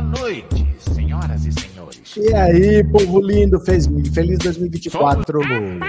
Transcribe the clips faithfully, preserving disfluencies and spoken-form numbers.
noite, senhoras e senhores. E aí, povo lindo, fez feliz dois mil e vinte e quatro.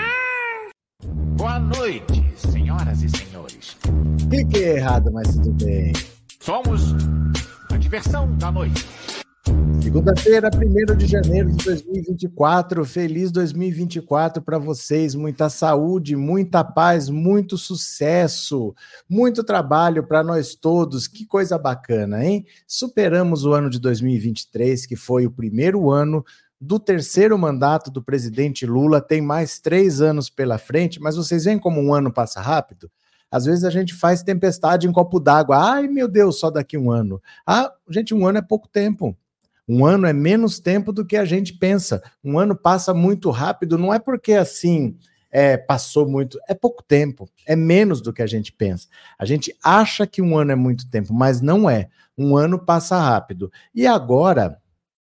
Boa noite, senhoras e senhores. Cliquei errado, mas tudo bem. Somos a diversão da noite. Segunda-feira, primeiro de janeiro de dois mil e vinte e quatro. Feliz dois mil e vinte e quatro para vocês. Muita saúde, muita paz, muito sucesso, muito trabalho para nós todos. Que coisa bacana, hein? Superamos o ano de dois mil e vinte e três, que foi o primeiro ano do terceiro mandato do presidente Lula. Tem mais três anos pela frente, mas vocês veem como um ano passa rápido? Às vezes a gente faz tempestade em copo d'água. Ai, meu Deus, só daqui um ano. Ah, gente, um ano é pouco tempo. Um ano é menos tempo do que a gente pensa. Um ano passa muito rápido, não é porque assim é, passou muito, é pouco tempo, é menos do que a gente pensa. A gente acha que um ano é muito tempo, mas não é. Um ano passa rápido. E agora,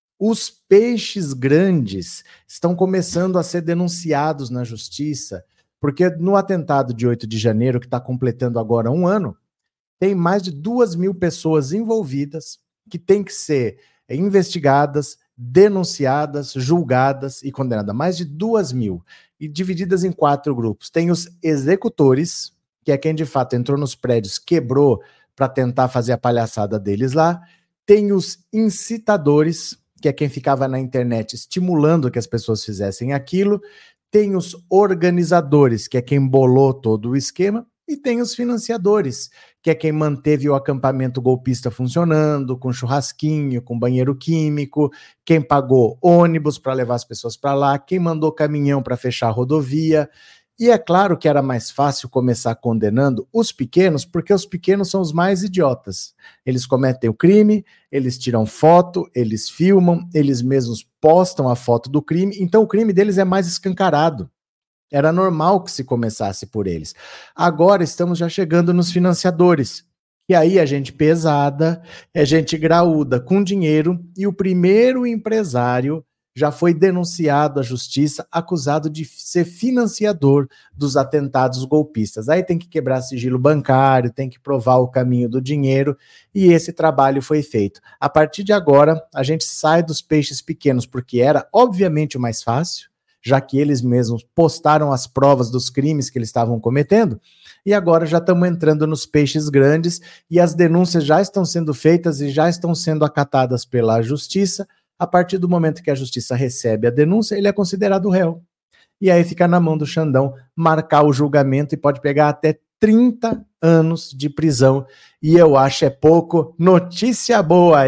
os peixes grandes estão começando a ser denunciados na justiça, porque no atentado de oito de janeiro, que está completando agora um ano, tem mais de duas mil pessoas envolvidas que têm que ser investigadas, denunciadas, julgadas e condenadas. Mais de duas mil. E divididas em quatro grupos. Tem os executores, que é quem de fato entrou nos prédios, quebrou para tentar fazer a palhaçada deles lá. Tem os incitadores, que é quem ficava na internet estimulando que as pessoas fizessem aquilo. Tem os organizadores, que é quem bolou todo o esquema. E tem os financiadores, que é quem manteve o acampamento golpista funcionando, com churrasquinho, com banheiro químico, quem pagou ônibus para levar as pessoas para lá, quem mandou caminhão para fechar a rodovia. E é claro que era mais fácil começar condenando os pequenos, porque os pequenos são os mais idiotas. Eles cometem o crime, eles tiram foto, eles filmam, eles mesmos postam a foto do crime, então o crime deles é mais escancarado. Era normal que se começasse por eles. Agora estamos já chegando nos financiadores. E aí é gente pesada, é gente graúda, com dinheiro, e o primeiro empresário já foi denunciado à justiça, acusado de ser financiador dos atentados golpistas. Aí tem que quebrar sigilo bancário, tem que provar o caminho do dinheiro, e esse trabalho foi feito. A partir de agora, a gente sai dos peixes pequenos, porque era obviamente o mais fácil, já que eles mesmos postaram as provas dos crimes que eles estavam cometendo, e agora já estamos entrando nos peixes grandes, e as denúncias já estão sendo feitas e já estão sendo acatadas pela justiça. A partir do momento que a justiça recebe a denúncia, ele é considerado réu. E aí fica na mão do Xandão marcar o julgamento, e pode pegar até trinta anos de prisão, e eu acho é pouco. Notícia boa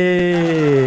aí!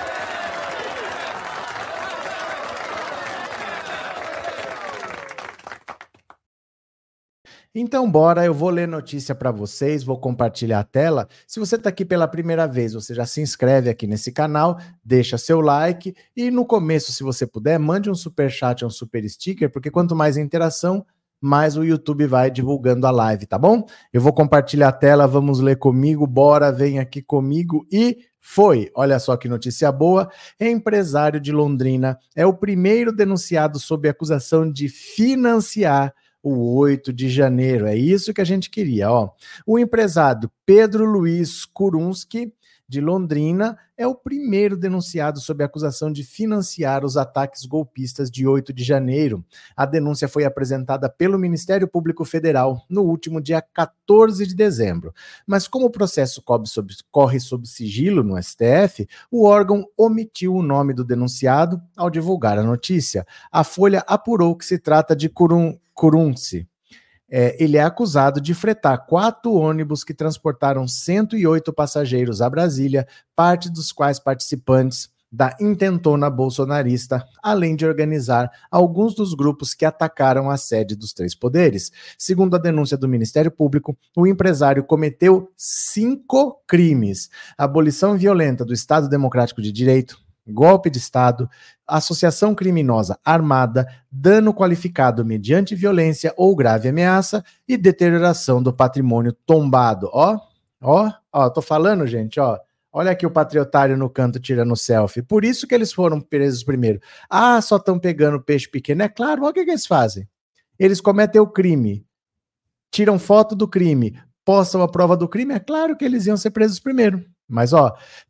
Então bora, eu vou ler notícia para vocês, vou compartilhar a tela. Se você está aqui pela primeira vez, você já se inscreve aqui nesse canal, deixa seu like, e no começo, se você puder, mande um super chat, um super sticker, porque quanto mais interação, mais o YouTube vai divulgando a live, tá bom? Eu vou compartilhar a tela, vamos ler comigo, bora, vem aqui comigo e foi. Olha só que notícia boa, empresário de Londrina é o primeiro denunciado sob acusação de financiar o oito de janeiro, é isso que a gente queria, ó. O empresário Pedro Luiz Kurunski, de Londrina, é o primeiro denunciado sob acusação de financiar os ataques golpistas de oito de janeiro. A denúncia foi apresentada pelo Ministério Público Federal no último dia quatorze de dezembro. Mas como o processo corre sob sigilo no S T F, o órgão omitiu o nome do denunciado ao divulgar a notícia. A Folha apurou que se trata de Kurun, Kurunski. É, ele é acusado de fretar quatro ônibus que transportaram cento e oito passageiros a Brasília, parte dos quais participantes da intentona bolsonarista, além de organizar alguns dos grupos que atacaram a sede dos três poderes. Segundo a denúncia do Ministério Público, o empresário cometeu cinco crimes: abolição violenta do Estado Democrático de Direito, golpe de Estado, associação criminosa armada, dano qualificado mediante violência ou grave ameaça e deterioração do patrimônio tombado. Ó, ó, ó, tô falando, gente, ó. Olha aqui o patriotário no canto tirando selfie. Por isso que eles foram presos primeiro. Ah, só estão pegando peixe pequeno. É claro, olha o que, que eles fazem. Eles cometem o crime, tiram foto do crime, postam a prova do crime. É claro que eles iam ser presos primeiro. Mas, ó,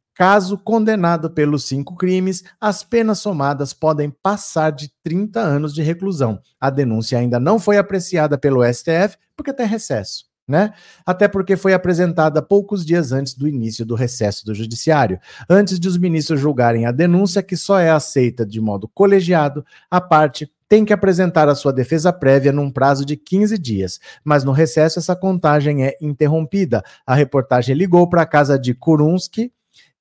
Caso condenado pelos cinco crimes, as penas somadas podem passar de trinta anos de reclusão. A denúncia ainda não foi apreciada pelo S T F, porque tem recesso, né? Até porque foi apresentada poucos dias antes do início do recesso do Judiciário. Antes de os ministros julgarem a denúncia, que só é aceita de modo colegiado, a parte tem que apresentar a sua defesa prévia num prazo de quinze dias. Mas no recesso essa contagem é interrompida. A reportagem ligou para a casa de Kurunski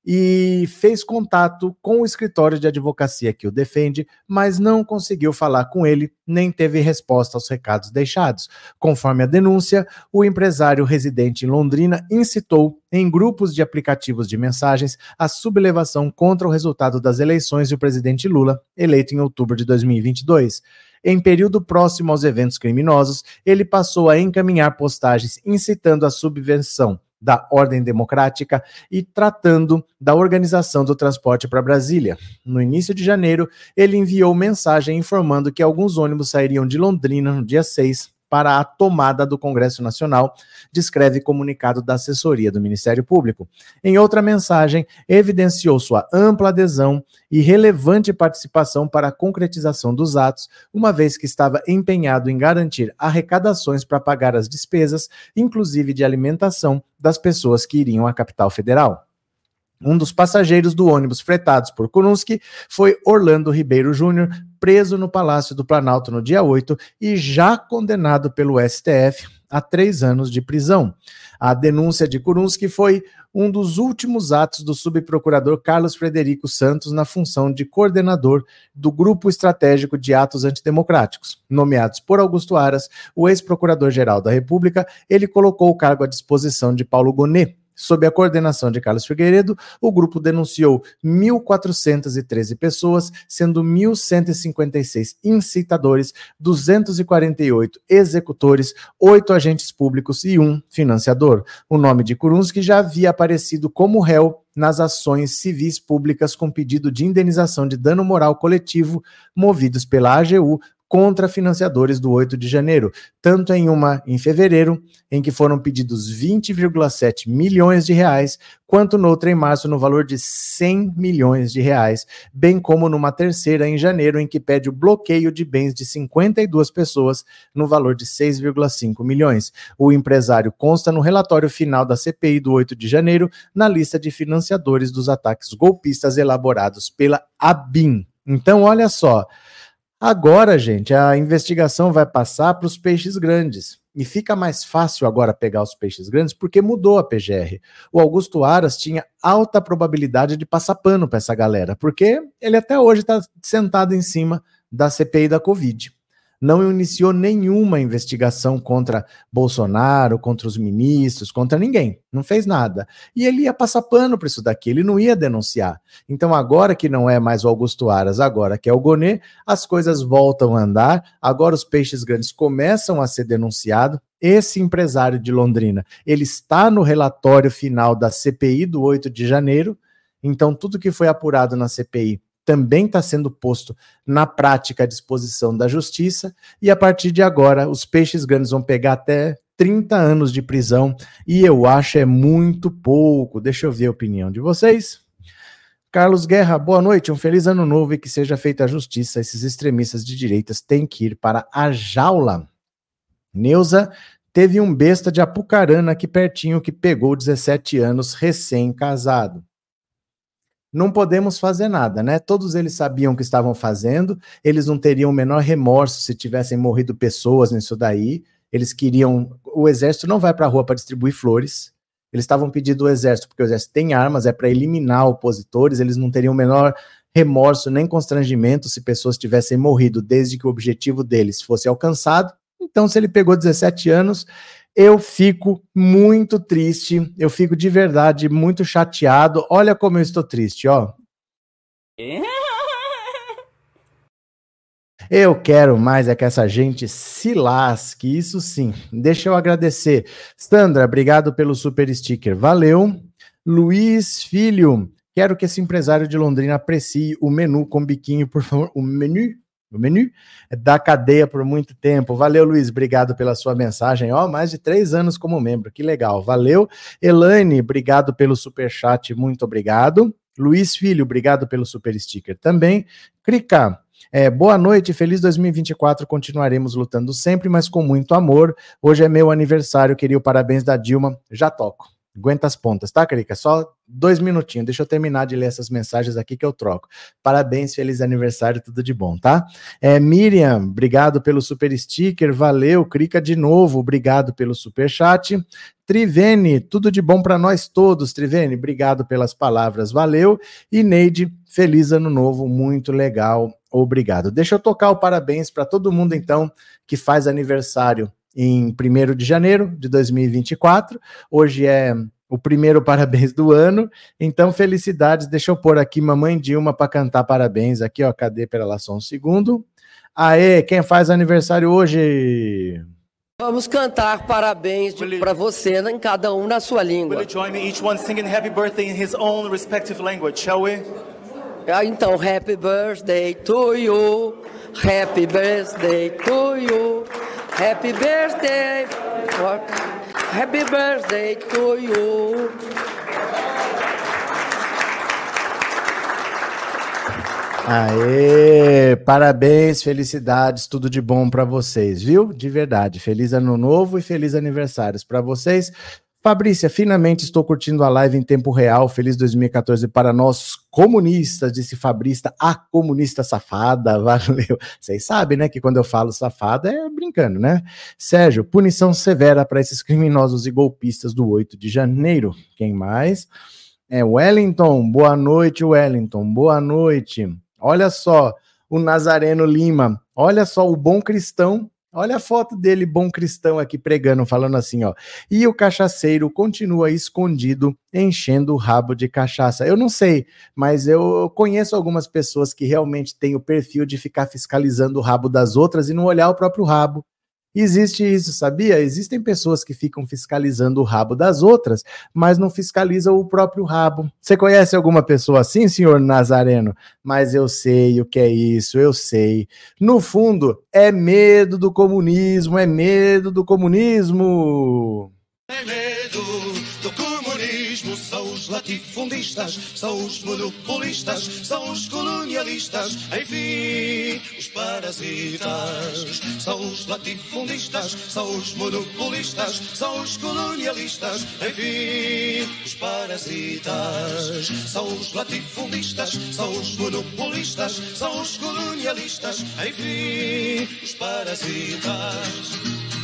e fez contato com o escritório de advocacia que o defende, mas não conseguiu falar com ele, nem teve resposta aos recados deixados. Conforme a denúncia, o empresário residente em Londrina incitou, em grupos de aplicativos de mensagens, a sublevação contra o resultado das eleições do presidente Lula, eleito em outubro de dois mil e vinte e dois. Em período próximo aos eventos criminosos, ele passou a encaminhar postagens incitando a subversão da ordem democrática e tratando da organização do transporte para Brasília. No início de janeiro, ele enviou mensagem informando que alguns ônibus sairiam de Londrina no dia seis para a tomada do Congresso Nacional, descreve comunicado da assessoria do Ministério Público. Em outra mensagem, evidenciou sua ampla adesão e relevante participação para a concretização dos atos, uma vez que estava empenhado em garantir arrecadações para pagar as despesas, inclusive de alimentação, das pessoas que iriam à capital federal. Um dos passageiros do ônibus fretados por Kurunski foi Orlando Ribeiro Júnior, preso no Palácio do Planalto no dia oito e já condenado pelo S T F a três anos de prisão. A denúncia de Kurunski foi um dos últimos atos do subprocurador Carlos Frederico Santos na função de coordenador do Grupo Estratégico de Atos Antidemocráticos. Nomeados por Augusto Aras, o ex-procurador-geral da República, ele colocou o cargo à disposição de Paulo Gonet. Sob a coordenação de Carlos Figueiredo, o grupo denunciou mil quatrocentas e treze pessoas, sendo mil cento e cinquenta e seis incitadores, duzentos e quarenta e oito executores, oito agentes públicos e um financiador. O nome de Kurunski já havia aparecido como réu nas ações civis públicas com pedido de indenização de dano moral coletivo movidos pela A G U contra financiadores do oito de janeiro, tanto em uma em fevereiro, em que foram pedidos vinte vírgula sete milhões de reais, quanto noutra em março no valor de cem milhões de reais, bem como numa terceira em janeiro, em que pede o bloqueio de bens de cinquenta e duas pessoas no valor de seis vírgula cinco milhões. O empresário consta no relatório final da C P I do oito de janeiro, na lista de financiadores dos ataques golpistas elaborados pela A B I N. Então, olha só, agora, gente, a investigação vai passar para os peixes grandes. E fica mais fácil agora pegar os peixes grandes porque mudou a P G R. O Augusto Aras tinha alta probabilidade de passar pano para essa galera, porque ele até hoje está sentado em cima da C P I da Covid. Não iniciou nenhuma investigação contra Bolsonaro, contra os ministros, contra ninguém. Não fez nada. E ele ia passar pano para isso daqui, ele não ia denunciar. Então agora que não é mais o Augusto Aras, agora que é o Gonet, as coisas voltam a andar, agora os peixes grandes começam a ser denunciados. Esse empresário de Londrina, ele está no relatório final da C P I do oito de janeiro, então tudo que foi apurado na C P I também está sendo posto na prática à disposição da justiça, e a partir de agora os peixes grandes vão pegar até trinta anos de prisão, e eu acho é muito pouco. Deixa eu ver a opinião de vocês. Carlos Guerra, boa noite, um feliz ano novo e que seja feita a justiça. Esses extremistas de direitas têm que ir para a jaula. Neuza, teve um besta de Apucarana aqui pertinho que pegou dezessete anos recém-casado. Não podemos fazer nada, né? Todos eles sabiam o que estavam fazendo, eles não teriam o menor remorso se tivessem morrido pessoas nisso daí, eles queriam... O exército não vai para a rua para distribuir flores, eles estavam pedindo o exército, porque o exército tem armas, é para eliminar opositores, eles não teriam o menor remorso nem constrangimento se pessoas tivessem morrido, desde que o objetivo deles fosse alcançado. Então, se ele pegou dezessete anos... Eu fico muito triste, eu fico de verdade muito chateado. Olha como eu estou triste, ó. Eu quero mais é que essa gente se lasque, isso sim. Deixa eu agradecer. Sandra, obrigado pelo super sticker, valeu. Luiz Filho, quero que esse empresário de Londrina aprecie o menu com biquinho, por favor. O menu? o menu da cadeia por muito tempo. Valeu, Luiz, obrigado pela sua mensagem. Ó, mais de três anos como membro, que legal. Valeu. Elaine, obrigado pelo superchat, muito obrigado. Luiz Filho, obrigado pelo super sticker também. Crica, é, boa noite, feliz dois mil e vinte e quatro, continuaremos lutando sempre, mas com muito amor. Hoje é meu aniversário, queria o parabéns da Dilma, já toco. Aguenta as pontas, tá, Crica? Só dois minutinhos, deixa eu terminar de ler essas mensagens aqui que eu troco. Parabéns, feliz aniversário, tudo de bom, tá? É, Miriam, obrigado pelo super sticker, valeu. Crica de novo, obrigado pelo super chat. Trivene, tudo de bom para nós todos, Trivene, obrigado pelas palavras, valeu. E Neide, feliz ano novo, muito legal, obrigado. Deixa eu tocar o parabéns para todo mundo, então, que faz aniversário em primeiro de janeiro de dois mil e vinte e quatro, hoje é o primeiro parabéns do ano, então felicidades, deixa eu pôr aqui Mamãe Dilma para cantar parabéns, aqui ó, cadê, pera lá só um segundo, aê, quem faz aniversário hoje? Vamos cantar parabéns para você, em cada um na sua língua. Will you join me, each one singing happy birthday in his own respective language, shall we? Ah, então, happy birthday to you, happy birthday to you, happy birthday, what? Happy birthday to you. Aê, parabéns, felicidades, tudo de bom para vocês, viu? De verdade, feliz ano novo e feliz aniversários para vocês. Fabrícia, finalmente estou curtindo a live em tempo real, feliz dois mil e quatorze para nós comunistas, disse Fabrícia, a comunista safada, valeu. Vocês sabem, né, que quando eu falo safada é brincando, né? Sérgio, punição severa para esses criminosos e golpistas do oito de janeiro. Quem mais? É Wellington, boa noite, Wellington, boa noite. Olha só, o Nazareno Lima, olha só, o bom cristão. Olha a foto dele, bom cristão aqui pregando, falando assim, ó. E o cachaceiro continua escondido, enchendo o rabo de cachaça. Eu não sei, mas eu conheço algumas pessoas que realmente têm o perfil de ficar fiscalizando o rabo das outras e não olhar o próprio rabo. Existe isso, sabia? Existem pessoas que ficam fiscalizando o rabo das outras, mas não fiscalizam o próprio rabo. Você conhece alguma pessoa assim, senhor Nazareno? Mas eu sei o que é isso, eu sei. No fundo, é medo do comunismo, é medo do comunismo. É medo do comunismo, são os latifundistas, são os monopolistas, são os colonialistas, enfim, os parasitas. São os latifundistas, são os monopolistas, são os colonialistas, enfim, os parasitas. São os latifundistas, são os monopolistas, são os colonialistas, enfim, os parasitas.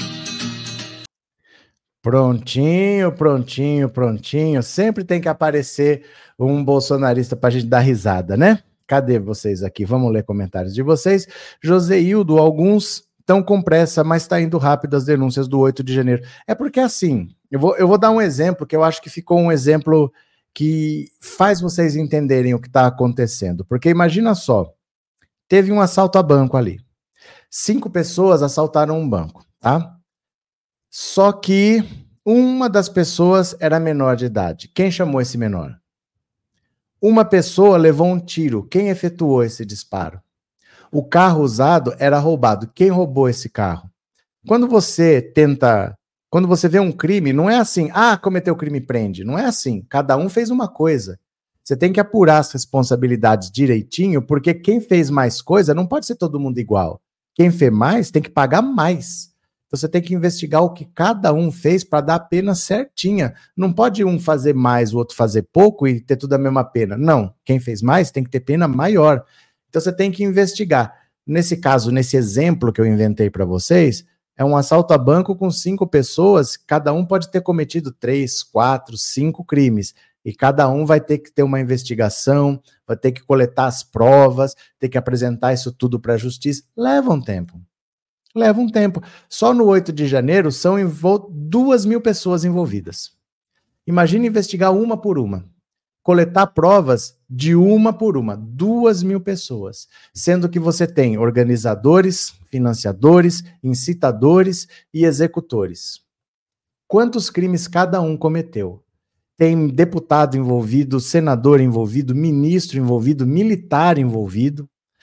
Prontinho, prontinho, prontinho. Sempre tem que aparecer um bolsonarista para a gente dar risada, né? Cadê vocês aqui? Vamos ler comentários de vocês. Joseildo, alguns estão com pressa, mas está indo rápido as denúncias do oito de janeiro. É porque assim, eu vou, eu vou dar um exemplo que eu acho que ficou um exemplo que faz vocês entenderem o que está acontecendo. Porque imagina só, teve um assalto a banco ali. Cinco pessoas assaltaram um banco, tá? Só que uma das pessoas era menor de idade. Quem chamou esse menor? Uma pessoa levou um tiro. Quem efetuou esse disparo? O carro usado era roubado. Quem roubou esse carro? Quando você tenta... Quando você vê um crime, não é assim, ah, cometeu crime, prende. Não é assim. Cada um fez uma coisa. Você tem que apurar as responsabilidades direitinho, porque quem fez mais coisa não pode ser todo mundo igual. Quem fez mais tem que pagar mais. Você tem que investigar o que cada um fez para dar a pena certinha. Não pode um fazer mais, o outro fazer pouco e ter tudo a mesma pena. Não, quem fez mais tem que ter pena maior. Então você tem que investigar. Nesse caso, nesse exemplo que eu inventei para vocês, é um assalto a banco com cinco pessoas, cada um pode ter cometido três, quatro, cinco crimes. E cada um vai ter que ter uma investigação, vai ter que coletar as provas, ter que apresentar isso tudo para a justiça. Leva um tempo. Leva um tempo. Só no oito de janeiro são duas mil pessoas envolvidas. Imagine investigar uma por uma. Coletar provas de uma por uma. Duas mil pessoas. Sendo que você tem organizadores, financiadores, incitadores e executores. Quantos crimes cada um cometeu? Tem deputado envolvido, senador envolvido, ministro envolvido, militar envolvido.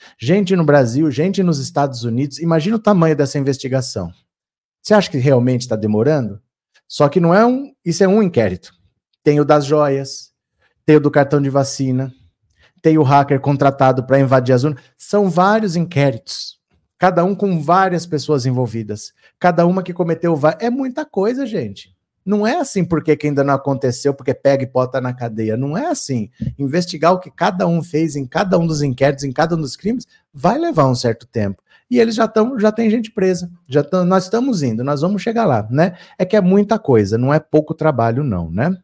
gente no Brasil, gente nos Estados Unidos. Imagina o tamanho dessa investigação. Você acha que realmente está demorando? Só que não é um, isso é um inquérito. Tem o das joias, tem o do cartão de vacina, tem o hacker contratado para invadir as urnas. São vários inquéritos, cada um com várias pessoas envolvidas, cada uma que cometeu... É muita coisa, gente. Não é assim porque que ainda não aconteceu, porque pega e bota na cadeia. Não é assim. Investigar o que cada um fez em cada um dos inquéritos, em cada um dos crimes, vai levar um certo tempo. E eles já estão, já tem gente presa. Já tão, nós estamos indo, nós vamos chegar lá, né? É que é muita coisa, não é pouco trabalho, não, né?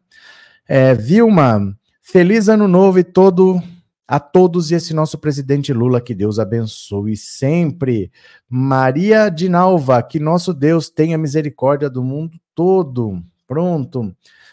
É, Vilma, feliz ano novo e todo, a todos e esse nosso presidente Lula, que Deus abençoe sempre. Maria Dinalva, que nosso Deus tenha misericórdia do mundo todo. Pronto.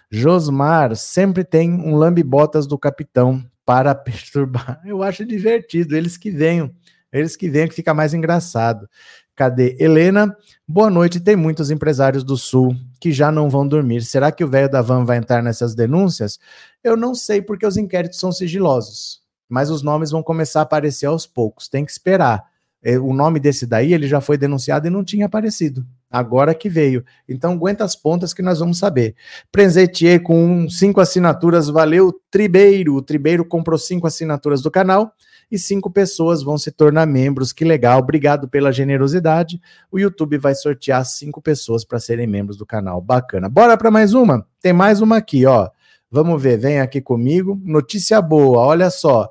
Josmar, sempre tem um lambe-botas do capitão para perturbar. Eu acho divertido, eles que venham. Eles que venham, que fica mais engraçado. Cadê? Helena, boa noite. Tem muitos empresários do Sul que já não vão dormir. Será que o velho da van vai entrar nessas denúncias? Eu não sei, porque os inquéritos são sigilosos. Mas os nomes vão começar a aparecer aos poucos. Tem que esperar. O nome desse daí, ele já foi denunciado e não tinha aparecido. Agora que veio. Então aguenta as pontas que nós vamos saber. Presenteei com cinco assinaturas. Valeu, Tribeiro. O Tribeiro comprou cinco assinaturas do canal. E cinco pessoas vão se tornar membros. Que legal, obrigado pela generosidade. O YouTube vai sortear cinco pessoas para serem membros do canal. Bacana. Bora para mais uma? Tem mais uma aqui, ó. Vamos ver, vem aqui comigo. Notícia boa, olha só.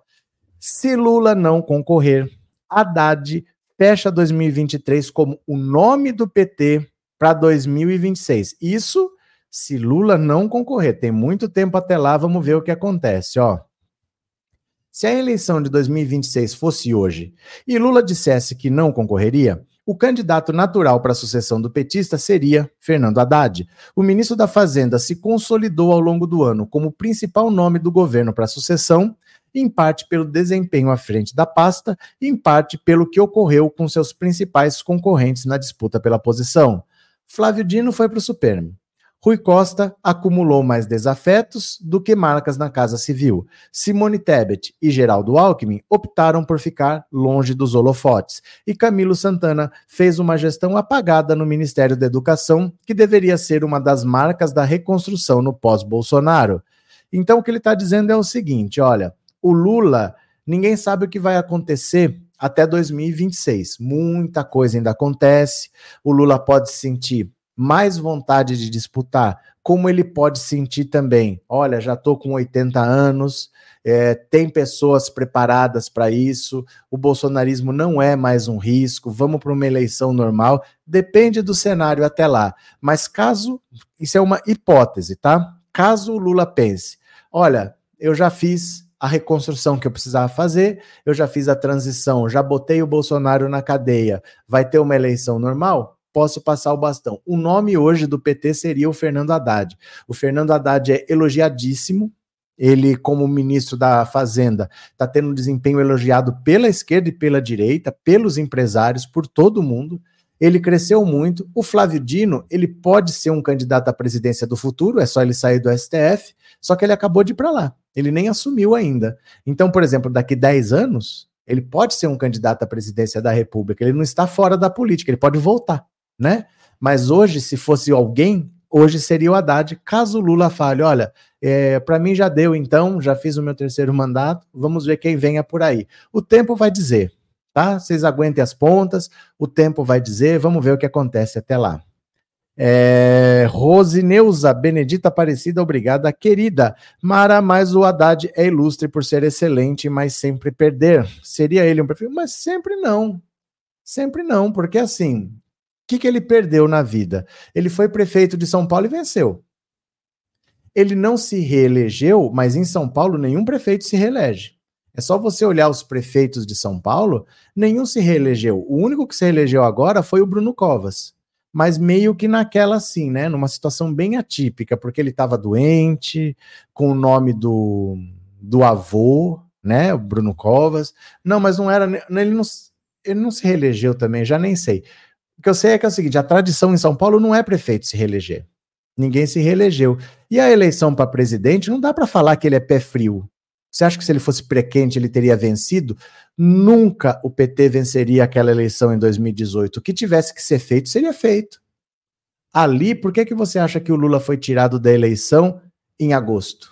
Se Lula não concorrer, Haddad fecha dois mil e vinte e três como o nome do P T para dois mil e vinte e seis. Isso se Lula não concorrer. Tem muito tempo até lá, vamos ver o que acontece, ó. Se a eleição de dois mil e vinte e seis fosse hoje e Lula dissesse que não concorreria, o candidato natural para a sucessão do petista seria Fernando Haddad. O ministro da Fazenda se consolidou ao longo do ano como o principal nome do governo para a sucessão, em parte pelo desempenho à frente da pasta, em parte pelo que ocorreu com seus principais concorrentes na disputa pela posição. Flávio Dino foi para o Superme. Rui Costa acumulou mais desafetos do que marcas na Casa Civil. Simone Tebet e Geraldo Alckmin optaram por ficar longe dos holofotes. E Camilo Santana fez uma gestão apagada no Ministério da Educação, que deveria ser uma das marcas da reconstrução no pós-Bolsonaro. Então o que ele está dizendo é o seguinte, olha, o Lula, ninguém sabe o que vai acontecer até dois mil e vinte e seis. Muita coisa ainda acontece, o Lula pode se sentir mais vontade de disputar, como ele pode sentir também, olha, já estou com oitenta anos, é, tem pessoas preparadas para isso, o bolsonarismo não é mais um risco, vamos para uma eleição normal, depende do cenário até lá, mas caso, isso é uma hipótese, tá? Caso o Lula pense, olha, eu já fiz a reconstrução que eu precisava fazer, eu já fiz a transição, já botei o Bolsonaro na cadeia, vai ter uma eleição normal? Posso passar o bastão. O nome hoje do P T seria o Fernando Haddad. O Fernando Haddad é elogiadíssimo, ele como ministro da Fazenda está tendo um desempenho elogiado pela esquerda e pela direita, pelos empresários, por todo mundo. Ele cresceu muito. O Flávio Dino, ele pode ser um candidato à presidência do futuro, é só ele sair do S T F, só que ele acabou de ir para lá. Ele nem assumiu ainda. Então, por exemplo, daqui dez anos, ele pode ser um candidato à presidência da República, ele não está fora da política, ele pode voltar, né? Mas hoje, se fosse alguém, hoje seria o Haddad, caso o Lula fale, olha, é, para mim já deu então, já fiz o meu terceiro mandato, vamos ver quem venha por aí. O tempo vai dizer, tá? Vocês aguentem as pontas, o tempo vai dizer, vamos ver o que acontece até lá. É, Rosineuza Benedita Aparecida, obrigada, querida. Mara, mas o Haddad é ilustre por ser excelente, mas sempre perder. Seria ele um perfil? Mas sempre não. Sempre não, porque assim, o que, que ele perdeu na vida? Ele foi prefeito de São Paulo e venceu. Ele não se reelegeu, mas em São Paulo nenhum prefeito se reelege. É só você olhar os prefeitos de São Paulo, nenhum se reelegeu. O único que se reelegeu agora foi o Bruno Covas. Mas meio que naquela assim, né, numa situação bem atípica, porque ele estava doente, com o nome do, do avô, né, o Bruno Covas. Não, mas não era, ele não, ele não se reelegeu também, já nem sei. O que eu sei é que é o seguinte, a tradição em São Paulo não é prefeito se reeleger. Ninguém se reelegeu. E a eleição para presidente, não dá para falar que ele é pé frio. Você acha que se ele fosse pré-quente ele teria vencido? Nunca o P T venceria aquela eleição em dois mil e dezoito. O que tivesse que ser feito, seria feito. Ali, por que, que você acha que o Lula foi tirado da eleição em agosto?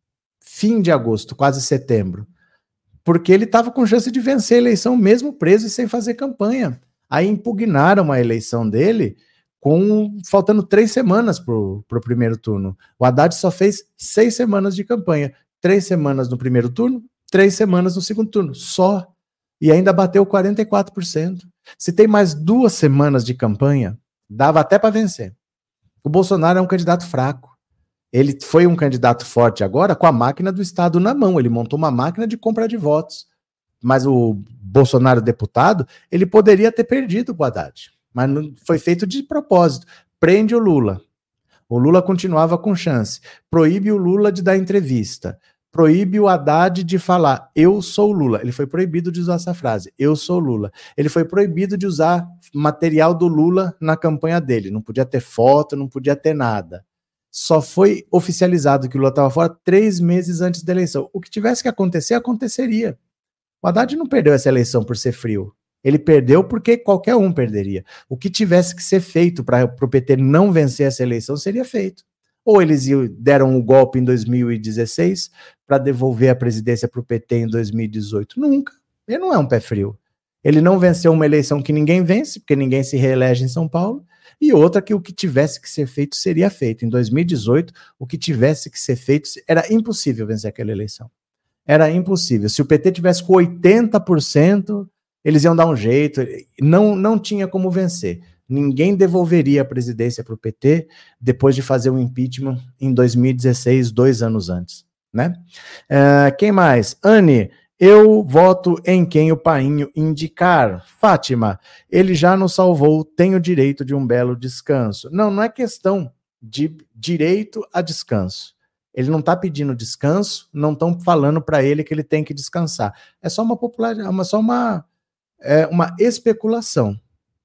Fim de agosto, quase setembro. Porque ele estava com chance de vencer a eleição mesmo preso e sem fazer campanha. Aí impugnaram a eleição dele com faltando três semanas para o primeiro turno. O Haddad só fez seis semanas de campanha. Três semanas no primeiro turno, três semanas no segundo turno. Só. E ainda bateu quarenta e quatro por cento. Se tem mais duas semanas de campanha, dava até para vencer. O Bolsonaro é um candidato fraco. Ele foi um candidato forte agora com a máquina do Estado na mão. Ele montou uma máquina de compra de votos. Mas o Bolsonaro deputado, ele poderia ter perdido o Haddad. Mas não foi feito de propósito. Prende o Lula. O Lula continuava com chance. Proíbe o Lula de dar entrevista. Proíbe o Haddad de falar, eu sou Lula. Ele foi proibido de usar essa frase, eu sou Lula. Ele foi proibido de usar material do Lula na campanha dele. Não podia ter foto, não podia ter nada. Só foi oficializado que o Lula estava fora três meses antes da eleição. O que tivesse que acontecer, aconteceria. O Haddad não perdeu essa eleição por ser frio. Ele perdeu porque qualquer um perderia. O que tivesse que ser feito para o P T não vencer essa eleição seria feito. Ou eles deram o golpe em dois mil e dezesseis para devolver a presidência para o P T em dois mil e dezoito. Nunca. Ele não é um pé frio. Ele não venceu uma eleição que ninguém vence, porque ninguém se reelege em São Paulo, e outra que o que tivesse que ser feito seria feito. Em dois mil e dezoito, o que tivesse que ser feito, era impossível vencer aquela eleição. Era impossível. Se o P T tivesse com oitenta por cento, eles iam dar um jeito, não, não tinha como vencer. Ninguém devolveria a presidência para o P T depois de fazer o impeachment em dois mil e dezesseis, dois anos antes, né? Uh, quem mais? Anne, eu voto em quem o painho indicar. Fátima, ele já nos salvou, tem o direito de um belo descanso. Não, não é questão de direito a descanso. Ele não está pedindo descanso, não estão falando para ele que ele tem que descansar. É só uma popularidade, uma, só uma, é, uma especulação.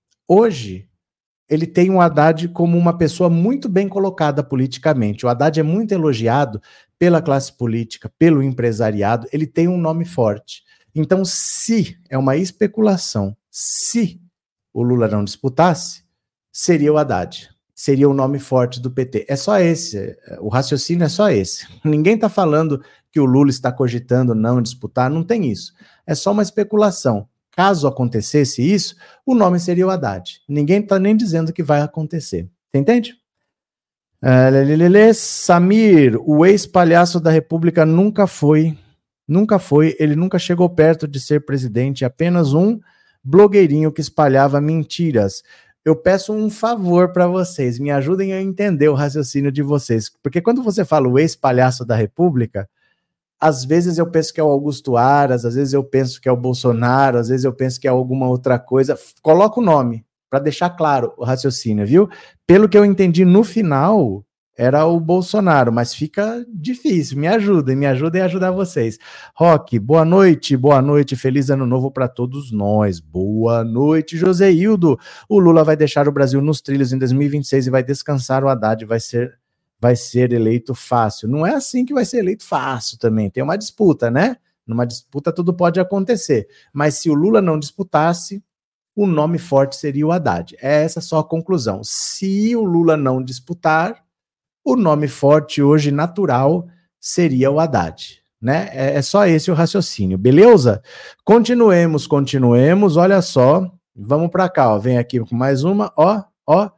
Hoje, ele tem o Haddad como uma pessoa muito bem colocada politicamente. O Haddad é muito elogiado pela classe política, pelo empresariado, ele tem um nome forte. Então, se é uma especulação, se o Lula não disputasse, seria o Haddad. Seria o nome forte do P T. É só esse, o raciocínio é só esse. Ninguém está falando que o Lula está cogitando não disputar, não tem isso. É só uma especulação. Caso acontecesse isso, o nome seria o Haddad. Ninguém está nem dizendo que vai acontecer. Você entende? Uh, lelelele, Samir, o ex-palhaço da República nunca foi, nunca foi, ele nunca chegou perto de ser presidente, apenas um blogueirinho que espalhava mentiras. Eu peço um favor para vocês, me ajudem a entender o raciocínio de vocês, porque quando você fala o ex-palhaço da República, às vezes eu penso que é o Augusto Aras, às vezes eu penso que é o Bolsonaro, às vezes eu penso que é alguma outra coisa. Coloca o nome, para deixar claro o raciocínio, viu? Pelo que eu entendi no final, era o Bolsonaro, mas fica difícil. Me ajudem, me ajudem a ajudar vocês. Roque, boa noite, boa noite, feliz ano novo para todos nós. Boa noite, Joseildo. O Lula vai deixar o Brasil nos trilhos em dois mil e vinte e seis e vai descansar, o Haddad vai ser... vai ser eleito fácil. Não é assim que vai ser eleito fácil também. Tem uma disputa, né? Numa disputa tudo pode acontecer. Mas se o Lula não disputasse, o nome forte seria o Haddad. É essa só a conclusão. Se o Lula não disputar, o nome forte hoje natural seria o Haddad, né? É, é só esse o raciocínio, beleza? Continuemos, continuemos. Olha só, vamos para cá, ó. Vem aqui com mais uma, ó, ó.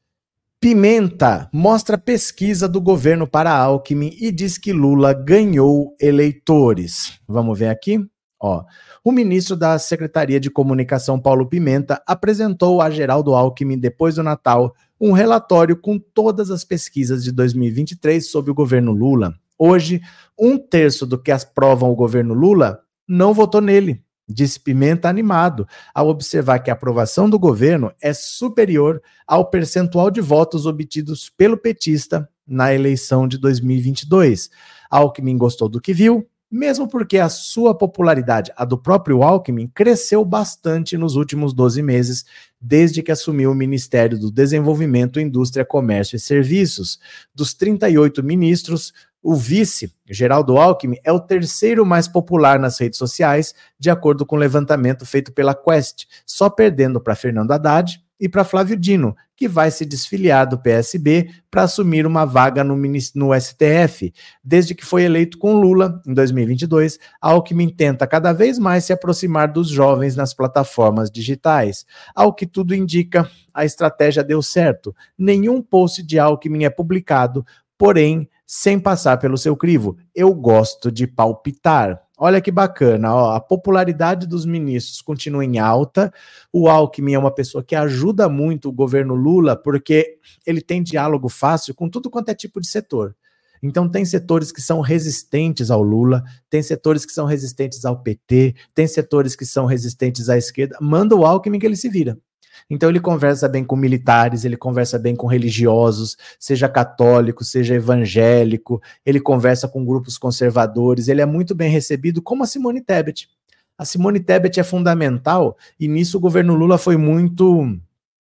Pimenta mostra pesquisa do governo para Alckmin e diz que Lula ganhou eleitores. Vamos ver aqui? Ó, o ministro da Secretaria de Comunicação, Paulo Pimenta, apresentou a Geraldo Alckmin, depois do Natal, um relatório com todas as pesquisas de dois mil e vinte e três sobre o governo Lula. Hoje, um terço do que aprovam o governo Lula não votou nele, disse Pimenta animado, ao observar que a aprovação do governo é superior ao percentual de votos obtidos pelo petista na eleição de dois mil e vinte e dois. Alckmin gostou do que viu, mesmo porque a sua popularidade, a do próprio Alckmin, cresceu bastante nos últimos doze meses, desde que assumiu o Ministério do Desenvolvimento, Indústria, Comércio e Serviços. Dos trinta e oito ministros, O vice, Geraldo Alckmin, é o terceiro mais popular nas redes sociais, de acordo com o levantamento feito pela Quest, só perdendo para Fernando Haddad e para Flávio Dino, que vai se desfiliar do P S B para assumir uma vaga no, no S T F. Desde que foi eleito com Lula, em dois mil e vinte e dois, Alckmin tenta cada vez mais se aproximar dos jovens nas plataformas digitais. Ao que tudo indica, a estratégia deu certo. Nenhum post de Alckmin é publicado, porém, sem passar pelo seu crivo. Eu gosto de palpitar. Olha que bacana, ó, a popularidade dos ministros continua em alta. O Alckmin é uma pessoa que ajuda muito o governo Lula, porque ele tem diálogo fácil com tudo quanto é tipo de setor. Então tem setores que são resistentes ao Lula, tem setores que são resistentes ao P T, tem setores que são resistentes à esquerda. Manda o Alckmin que ele se vira. Então ele conversa bem com militares, ele conversa bem com religiosos, seja católico, seja evangélico, ele conversa com grupos conservadores, ele é muito bem recebido, como a Simone Tebet. A Simone Tebet é fundamental e nisso o governo Lula foi muito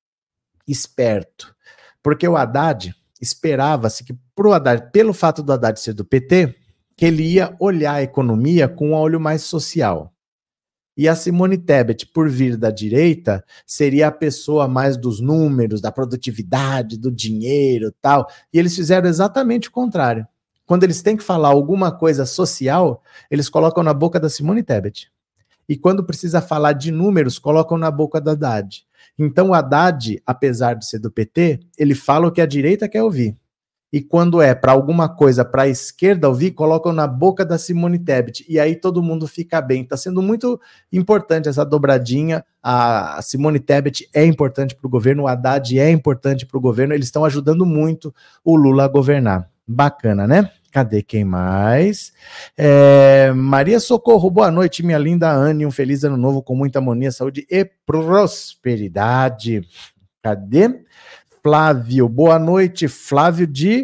esperto, porque o Haddad, esperava-se que pro Haddad, pelo fato do Haddad ser do P T, que ele ia olhar a economia com um olho mais social. E a Simone Tebet, por vir da direita, seria a pessoa mais dos números, da produtividade, do dinheiro e tal. E eles fizeram exatamente o contrário. Quando eles têm que falar alguma coisa social, eles colocam na boca da Simone Tebet. E quando precisa falar de números, colocam na boca do Haddad. Então o Haddad, apesar de ser do P T, ele fala o que a direita quer ouvir. E quando é para alguma coisa para a esquerda ouvir, colocam na boca da Simone Tebet. E aí todo mundo fica bem. Está sendo muito importante essa dobradinha. A Simone Tebet é importante para o governo, o Haddad é importante para o governo. Eles estão ajudando muito o Lula a governar. Bacana, né? Cadê quem mais? É, Maria Socorro, boa noite, minha linda Anne. Um feliz ano novo com muita harmonia, saúde e prosperidade. Cadê? Flávio, boa noite, Flávio de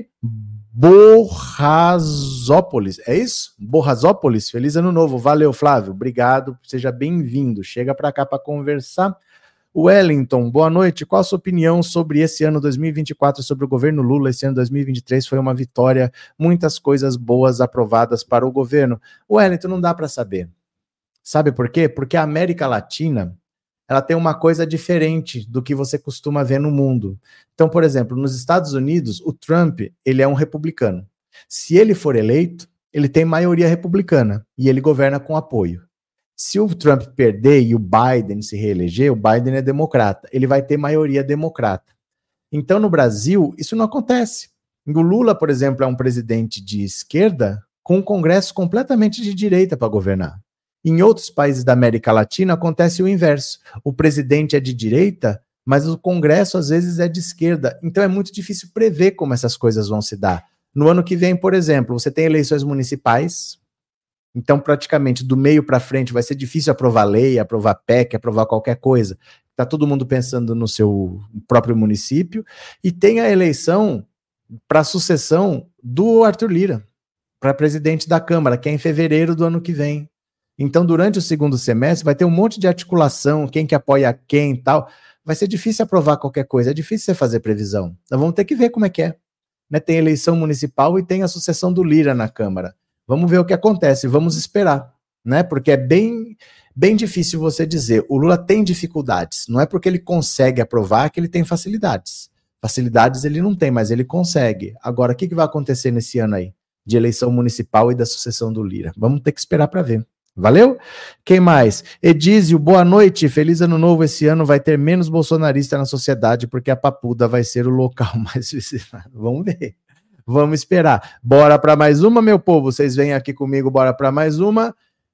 Borrazópolis, é isso? Borrazópolis, feliz ano novo, valeu Flávio, obrigado, seja bem-vindo, chega para cá para conversar. Wellington, boa noite, qual a sua opinião sobre esse ano dois mil e vinte e quatro, sobre o governo Lula? Esse ano dois mil e vinte e três foi uma vitória, muitas coisas boas aprovadas para o governo. Wellington, não dá para saber, sabe por quê? Porque a América Latina, ela tem uma coisa diferente do que você costuma ver no mundo. Então, por exemplo, nos Estados Unidos, o Trump, ele é um republicano. Se ele for eleito, ele tem maioria republicana e ele governa com apoio. Se o Trump perder e o Biden se reeleger, o Biden é democrata, ele vai ter maioria democrata. Então, no Brasil, isso não acontece. O Lula, por exemplo, é um presidente de esquerda com um Congresso completamente de direita para governar. Em outros países da América Latina acontece o inverso. O presidente é de direita, mas o Congresso às vezes é de esquerda. Então é muito difícil prever como essas coisas vão se dar. No ano que vem, por exemplo, você tem eleições municipais, então praticamente do meio para frente vai ser difícil aprovar lei, aprovar P E C, aprovar qualquer coisa. Está todo mundo pensando no seu próprio município. E tem a eleição para a sucessão do Arthur Lira, para presidente da Câmara, que é em fevereiro do ano que vem. Então, durante o segundo semestre, vai ter um monte de articulação, quem que apoia quem e tal. Vai ser difícil aprovar qualquer coisa, é difícil você fazer previsão. Nós vamos ter que ver como é que é. Né? Tem eleição municipal e tem a sucessão do Lira na Câmara. Vamos ver o que acontece, vamos esperar. Né? Porque é bem, bem difícil você dizer. O Lula tem dificuldades, não é porque ele consegue aprovar que ele tem facilidades. Facilidades ele não tem, mas ele consegue. Agora, o que, que vai acontecer nesse ano aí? De eleição municipal e da sucessão do Lira? Vamos ter que esperar para ver. Valeu? Quem mais? Edísio, boa noite, feliz ano novo. Esse ano vai ter menos bolsonarista na sociedade porque a Papuda vai ser o local mais visitado. Vamos ver, vamos esperar. Bora para mais uma, meu povo, vocês vêm aqui comigo, bora para mais uma.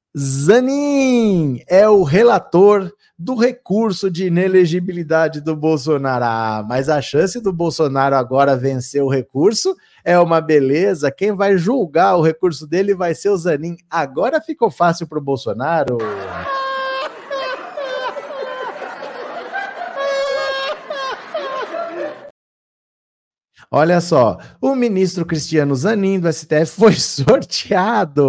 Zanin é o relator do recurso de inelegibilidade do Bolsonaro. Ah, mas a chance do Bolsonaro agora vencer o recurso é uma beleza. Quem vai julgar o recurso dele vai ser o Zanin. Agora ficou fácil para o Bolsonaro. Olha só, o ministro Cristiano Zanin do S T F foi sorteado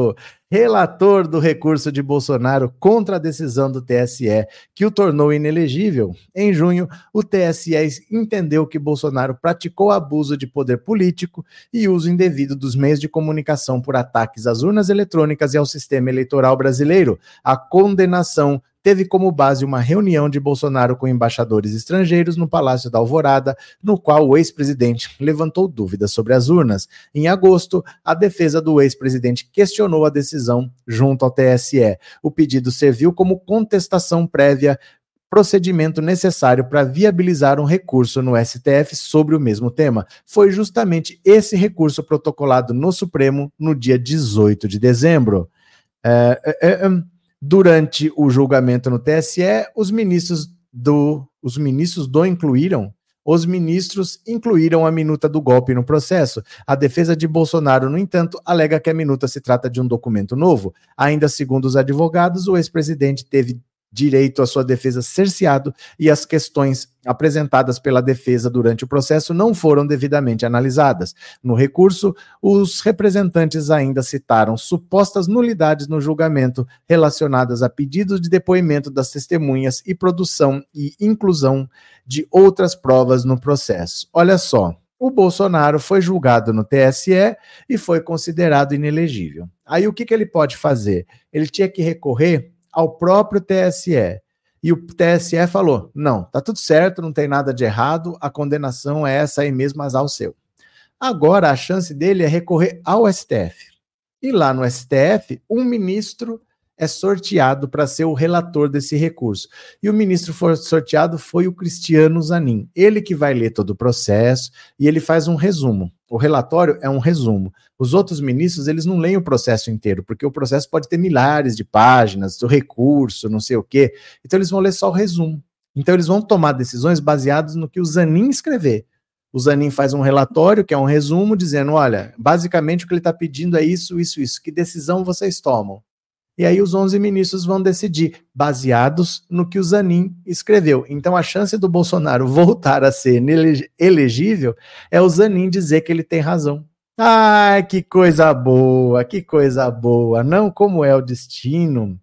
Relator do recurso de Bolsonaro contra a decisão do T S E que o tornou inelegível, em junho, o T S E entendeu que Bolsonaro praticou abuso de poder político e uso indevido dos meios de comunicação por ataques às urnas eletrônicas e ao sistema eleitoral brasileiro. A condenação teve como base uma reunião de Bolsonaro com embaixadores estrangeiros no Palácio da Alvorada, no qual o ex-presidente levantou dúvidas sobre as urnas. Em agosto, a defesa do ex-presidente questionou a decisão junto ao T S E. O pedido serviu como contestação prévia, procedimento necessário para viabilizar um recurso no S T F sobre o mesmo tema. Foi justamente esse recurso protocolado no Supremo no dia dezoito de dezembro. É, é, é, Durante o julgamento no T S E, os ministros do, os ministros do incluíram, os ministros incluíram a minuta do golpe no processo. A defesa de Bolsonaro, no entanto, alega que a minuta se trata de um documento novo. Ainda segundo os advogados, o ex-presidente teve direito à sua defesa cerceado e as questões apresentadas pela defesa durante o processo não foram devidamente analisadas. No recurso, os representantes ainda citaram supostas nulidades no julgamento relacionadas a pedidos de depoimento das testemunhas e produção e inclusão de outras provas no processo. Olha só, o Bolsonaro foi julgado no T S E e foi considerado inelegível. Aí o que, que ele pode fazer? Ele tinha que recorrer ao próprio T S E. E o T S E falou, não, tá tudo certo, não tem nada de errado, a condenação é essa aí mesmo, azar o seu. Agora a chance dele é recorrer ao S T F. E lá no S T F, um ministro é sorteado para ser o relator desse recurso. E o ministro for sorteado foi o Cristiano Zanin. Ele que vai ler todo o processo e ele faz um resumo. O relatório é um resumo. Os outros ministros, eles não leem o processo inteiro, porque o processo pode ter milhares de páginas, do recurso, não sei o quê. Então eles vão ler só o resumo. Então eles vão tomar decisões baseadas no que o Zanin escrever. O Zanin faz um relatório, que é um resumo, dizendo, olha, basicamente o que ele está pedindo é isso, isso, isso. Que decisão vocês tomam? E aí os onze ministros vão decidir, baseados no que o Zanin escreveu. Então a chance do Bolsonaro voltar a ser elegível é o Zanin dizer que ele tem razão. Ai, que coisa boa, que coisa boa. Não como é o destino.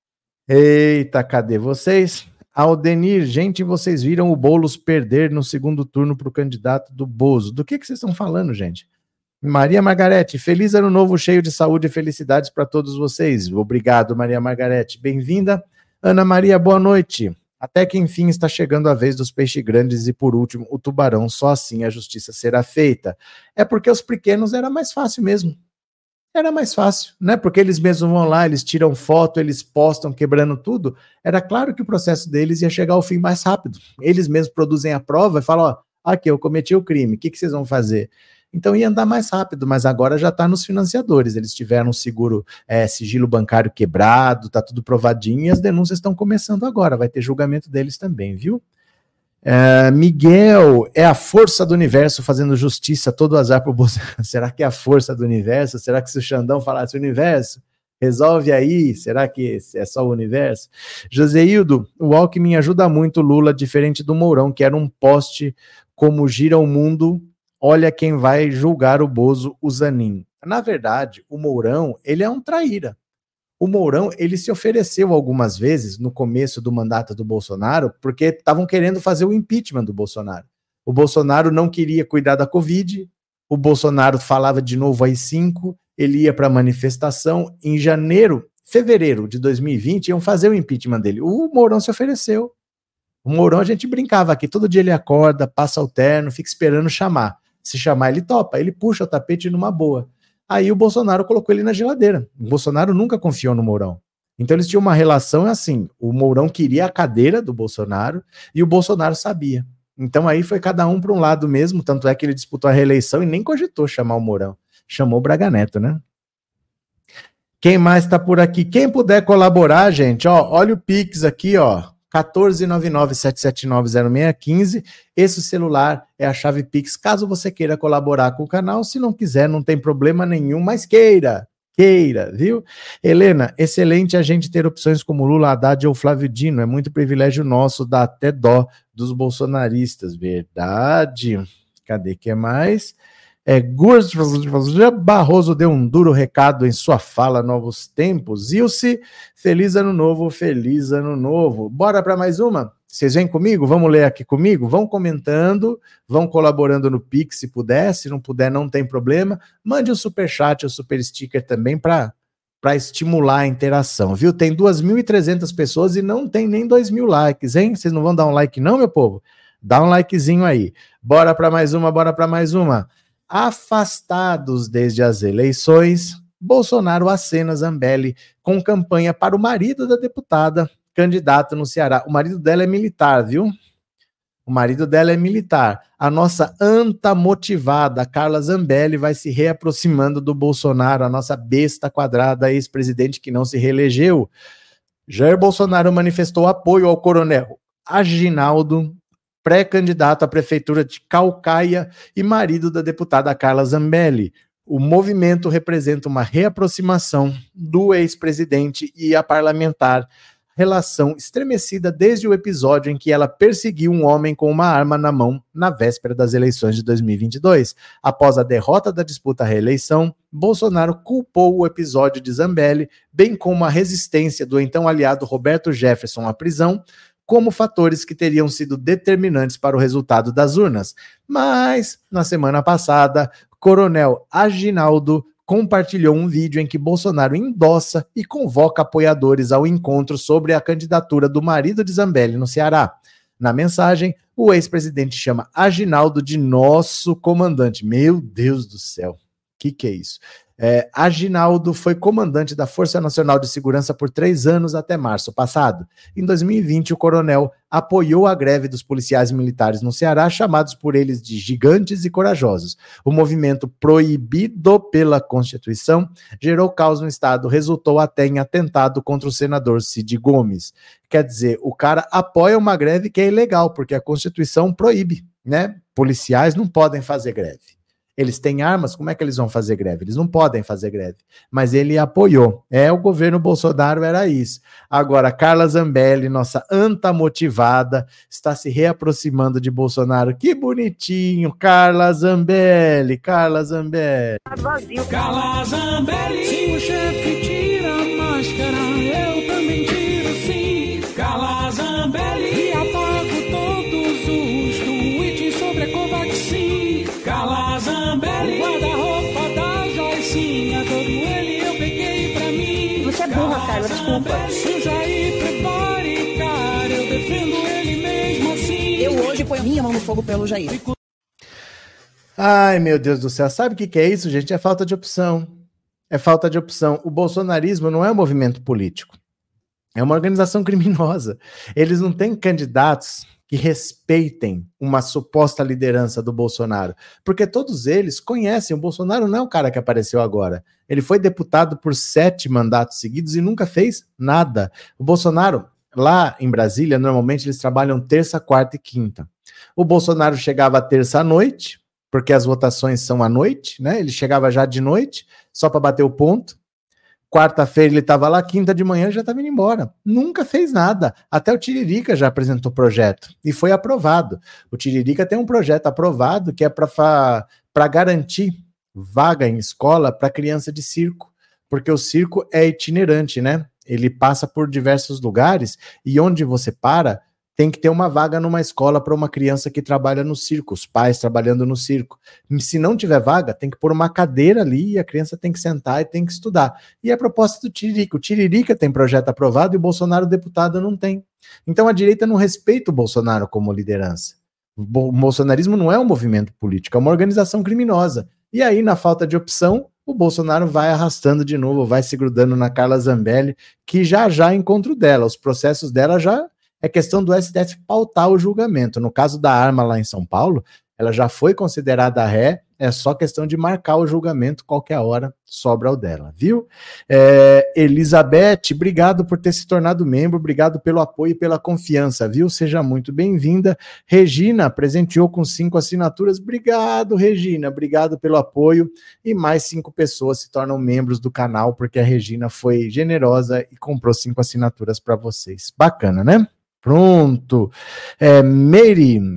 Eita, cadê vocês? Aldenir, gente, vocês viram o Boulos perder no segundo turno para o candidato do Bozo. Do que, que vocês estão falando, gente? Maria Margarete, feliz ano novo, cheio de saúde e felicidades para todos vocês. Obrigado, Maria Margarete. Bem-vinda. Ana Maria, boa noite. Até que enfim está chegando a vez dos peixes grandes e, por último, o tubarão. Só assim a justiça será feita. É porque os pequenos era mais fácil mesmo. Era mais fácil, né? Porque eles mesmos vão lá, eles tiram foto, eles postam quebrando tudo. Era claro que o processo deles ia chegar ao fim mais rápido. Eles mesmos produzem a prova e falam, ó, aqui, eu cometi o crime, o que, que vocês vão fazer? Então ia andar mais rápido, mas agora já está nos financiadores. Eles tiveram um seguro, é, sigilo bancário quebrado, está tudo provadinho e as denúncias estão começando agora. Vai ter julgamento deles também, viu? É, Miguel, é a força do universo fazendo justiça, todo azar pro Bolsonaro. Será que é a força do universo? Será que se o Xandão falasse universo, resolve aí? Será que é só o universo? Joseildo, o Alckmin ajuda muito Lula, diferente do Mourão, que era um poste como gira o mundo. Olha quem vai julgar o Bozo, o Zanin. Na verdade, o Mourão, ele é um traíra. O Mourão, ele se ofereceu algumas vezes no começo do mandato do Bolsonaro, porque estavam querendo fazer o impeachment do Bolsonaro. O Bolsonaro não queria cuidar da Covid, o Bolsonaro falava de novo A I cinco, ele ia para a manifestação. Em janeiro, fevereiro de dois mil e vinte, iam fazer o impeachment dele. O Mourão se ofereceu. O Mourão, a gente brincava aqui, todo dia ele acorda, passa o terno, fica esperando chamar. Se chamar, ele topa, ele puxa o tapete numa boa. Aí o Bolsonaro colocou ele na geladeira. O Bolsonaro nunca confiou no Mourão. Então eles tinham uma relação assim, o Mourão queria a cadeira do Bolsonaro e o Bolsonaro sabia. Então aí foi cada um para um lado mesmo, tanto é que ele disputou a reeleição e nem cogitou chamar o Mourão. Chamou o Braga Neto, né? Quem mais tá por aqui? Quem puder colaborar, gente, ó, olha o Pix aqui, ó. um quatro nove nove sete sete nove zero seis um cinco. Esse celular é a chave Pix, caso você queira colaborar com o canal. Se não quiser, não tem problema nenhum, mas queira, queira, viu? Helena, excelente a gente ter opções como Lula, Haddad ou Flávio Dino. É muito privilégio nosso, dá até dó dos bolsonaristas. Verdade. Cadê que é mais? É, Gurs Barroso deu um duro recado em sua fala Novos Tempos. Ilse, feliz ano novo, feliz ano novo. Bora para mais uma? Vocês vêm comigo? Vamos ler aqui comigo? Vão comentando, vão colaborando no Pix se puder, se não puder não tem problema. Mande o superchat, o super sticker também para para estimular a interação, viu? Tem duas mil e trezentas pessoas e não tem nem dois mil likes, hein? Vocês não vão dar um like não, meu povo? Dá um likezinho aí. Bora para mais uma, bora para mais uma. Afastados desde as eleições, Bolsonaro acena Zambelli com campanha para o marido da deputada, candidato no Ceará. O marido dela é militar, viu? O marido dela é militar. A nossa anta motivada, Carla Zambelli, vai se reaproximando do Bolsonaro, a nossa besta quadrada, ex-presidente que não se reelegeu. Jair Bolsonaro manifestou apoio ao coronel Aginaldo, pré-candidato à prefeitura de Caucaia e marido da deputada Carla Zambelli. O movimento representa uma reaproximação do ex-presidente e a parlamentar, relação estremecida desde o episódio em que ela perseguiu um homem com uma arma na mão na véspera das eleições de dois mil e vinte e dois. Após a derrota da disputa à reeleição, Bolsonaro culpou o episódio de Zambelli, bem como a resistência do então aliado Roberto Jefferson à prisão, como fatores que teriam sido determinantes para o resultado das urnas. Mas, na semana passada, Coronel Aginaldo compartilhou um vídeo em que Bolsonaro endossa e convoca apoiadores ao encontro sobre a candidatura do marido de Zambelli no Ceará. Na mensagem, o ex-presidente chama Aginaldo de nosso comandante. Meu Deus do céu, o que que é isso? É, Aginaldo foi comandante da Força Nacional de Segurança por três anos até março passado. Em dois mil e vinte, o coronel apoiou a greve dos policiais militares no Ceará, chamados por eles de gigantes e corajosos. O movimento proibido pela Constituição gerou caos no estado, resultou até em atentado contra o senador Cid Gomes. Quer dizer, o cara apoia uma greve que é ilegal, porque a Constituição proíbe, né? Policiais não podem fazer greve. Eles têm armas, como é que eles vão fazer greve? Eles não podem fazer greve. Mas ele apoiou. É, o governo Bolsonaro era isso. Agora, Carla Zambelli, nossa anta motivada, está se reaproximando de Bolsonaro. Que bonitinho, Carla Zambelli, Carla Zambelli. Carla Zambelli, se o chefe tira a máscara, eu também tiro sim. Carla Zambelli, e apago todos os tweets sobre a Covaxin. Carla Zambelli, o guarda-roupa da Joicinha, todo ele eu peguei pra mim. Você é burra, Carla, desculpa. Se o Jair prepare, cara, eu defendo ele mesmo assim. Eu hoje ponho minha mão no fogo pelo Jair. Ai, meu Deus do céu, sabe o que que é isso, gente? É falta de opção. É falta de opção. O bolsonarismo não é um movimento político. É uma organização criminosa. Eles não têm candidatos que respeitem uma suposta liderança do Bolsonaro, porque todos eles conhecem, o Bolsonaro não é um cara que apareceu agora, ele foi deputado por sete mandatos seguidos e nunca fez nada. O Bolsonaro, lá em Brasília, normalmente eles trabalham terça, quarta e quinta. O Bolsonaro chegava terça à noite, porque as votações são à noite, né? Ele chegava já de noite, só para bater o ponto. Quarta-feira ele estava lá, quinta de manhã já estava indo embora. Nunca fez nada. Até o Tiririca já apresentou projeto e foi aprovado. O Tiririca tem um projeto aprovado que é para garantir vaga em escola para criança de circo, porque o circo é itinerante, né? Ele passa por diversos lugares e onde você para, tem que ter uma vaga numa escola para uma criança que trabalha no circo, os pais trabalhando no circo. Se não tiver vaga, tem que pôr uma cadeira ali e a criança tem que sentar e tem que estudar. E a proposta do Tiririca, o Tiririca tem projeto aprovado e o Bolsonaro, deputado, não tem. Então a direita não respeita o Bolsonaro como liderança. O bolsonarismo não é um movimento político, é uma organização criminosa. E aí, na falta de opção, o Bolsonaro vai arrastando de novo, vai se grudando na Carla Zambelli, que já já encontra o dela. Os processos dela já... É questão do S T F pautar o julgamento. No caso da arma lá em São Paulo, ela já foi considerada ré, é só questão de marcar o julgamento, qualquer hora sobra o dela, viu? É, Elizabeth, obrigado por ter se tornado membro, obrigado pelo apoio e pela confiança, viu? Seja muito bem-vinda. Regina, presenteou com cinco assinaturas, obrigado, Regina, obrigado pelo apoio, e mais cinco pessoas se tornam membros do canal, porque a Regina foi generosa e comprou cinco assinaturas para vocês. Bacana, né? Pronto. É, Mary,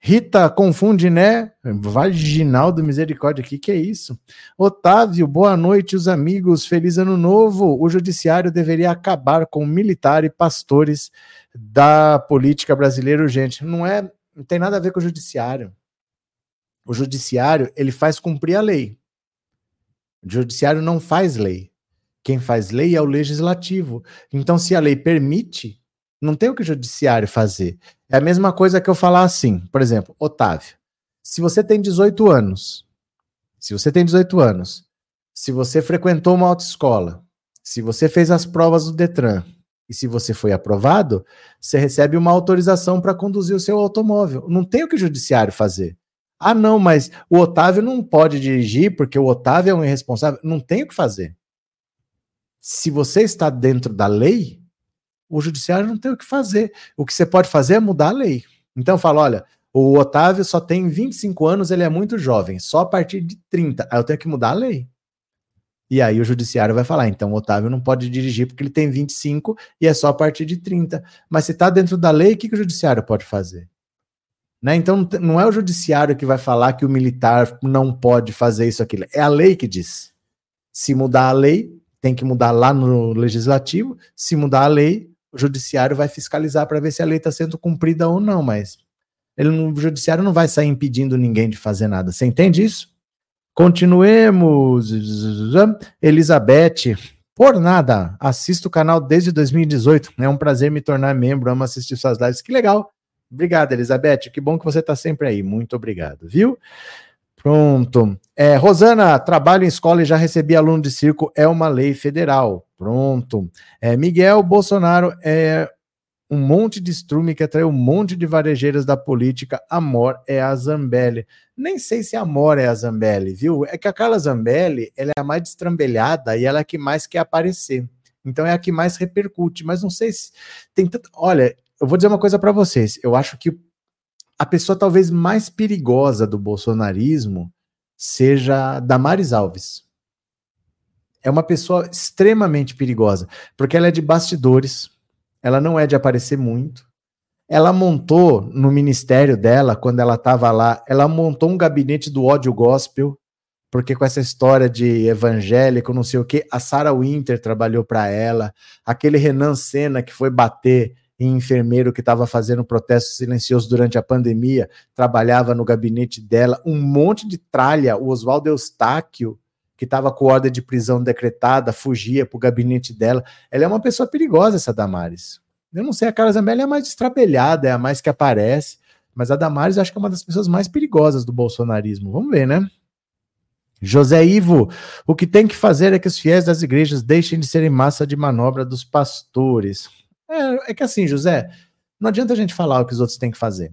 Rita confunde, né? Vaginaldo, misericórdia, o que, que é isso? Otávio, boa noite, os amigos, feliz ano novo. O judiciário deveria acabar com militar e pastores da política brasileira urgente. Não é, não tem nada a ver com o judiciário. O judiciário, ele faz cumprir a lei. O judiciário não faz lei. Quem faz lei é o legislativo. Então, se a lei permite, não tem o que o judiciário fazer. É a mesma coisa que eu falar assim, por exemplo, Otávio, se você tem dezoito anos, se você tem dezoito anos, se você frequentou uma autoescola, se você fez as provas do Detran e se você foi aprovado, você recebe uma autorização para conduzir o seu automóvel. Não tem o que o judiciário fazer. Ah, não, mas o Otávio não pode dirigir porque o Otávio é um irresponsável. Não tem o que fazer. Se você está dentro da lei, o judiciário não tem o que fazer. O que você pode fazer é mudar a lei. Então fala, olha, o Otávio só tem vinte e cinco anos, ele é muito jovem, só a partir de trinta. Aí eu tenho que mudar a lei. E aí o judiciário vai falar, então o Otávio não pode dirigir porque ele tem vinte e cinco e é só a partir de trinta. Mas se está dentro da lei, o que, que o judiciário pode fazer? Né? Então não é o judiciário que vai falar que o militar não pode fazer isso, aquilo. É a lei que diz. Se mudar a lei, tem que mudar lá no legislativo. Se mudar a lei, o judiciário vai fiscalizar para ver se a lei está sendo cumprida ou não, mas ele, o judiciário não vai sair impedindo ninguém de fazer nada. Você entende isso? Continuemos. Elizabeth, por nada, assisto o canal desde dois mil e dezoito. É um prazer me tornar membro, amo assistir suas lives. Que legal. Obrigado, Elizabeth. Que bom que você está sempre aí. Muito obrigado, viu? Pronto. É, Rosana, trabalho em escola e já recebi aluno de circo, é uma lei federal. Pronto. É, Miguel Bolsonaro é um monte de estrume que atraiu um monte de varejeiras da política. Amor é a Zambelli. Nem sei se Amor é a Zambelli, viu? É que a Carla Zambelli, ela é a mais destrambelhada e ela é a que mais quer aparecer. Então é a que mais repercute, mas não sei se tem tanto... Olha, eu vou dizer uma coisa para vocês. Eu acho que a pessoa talvez mais perigosa do bolsonarismo seja Damares Alves. É uma pessoa extremamente perigosa, porque ela é de bastidores, ela não é de aparecer muito. Ela montou no ministério dela, quando ela estava lá, ela montou um gabinete do ódio gospel, porque com essa história de evangélico, não sei o quê, a Sarah Winter trabalhou para ela, aquele Renan Senna que foi bater em enfermeiro que estava fazendo protesto silencioso durante a pandemia, trabalhava no gabinete dela, um monte de tralha, o Oswaldo Eustáquio, que estava com ordem de prisão decretada, fugia para o gabinete dela. Ela é uma pessoa perigosa, essa Damares. Eu não sei, a Carla Zambelli é a mais destrapelhada, é a mais que aparece, mas a Damares eu acho que é uma das pessoas mais perigosas do bolsonarismo. Vamos ver, né? José Ivo, o que tem que fazer é que os fiéis das igrejas deixem de serem massa de manobra dos pastores. É, é que assim, José, não adianta a gente falar o que os outros têm que fazer.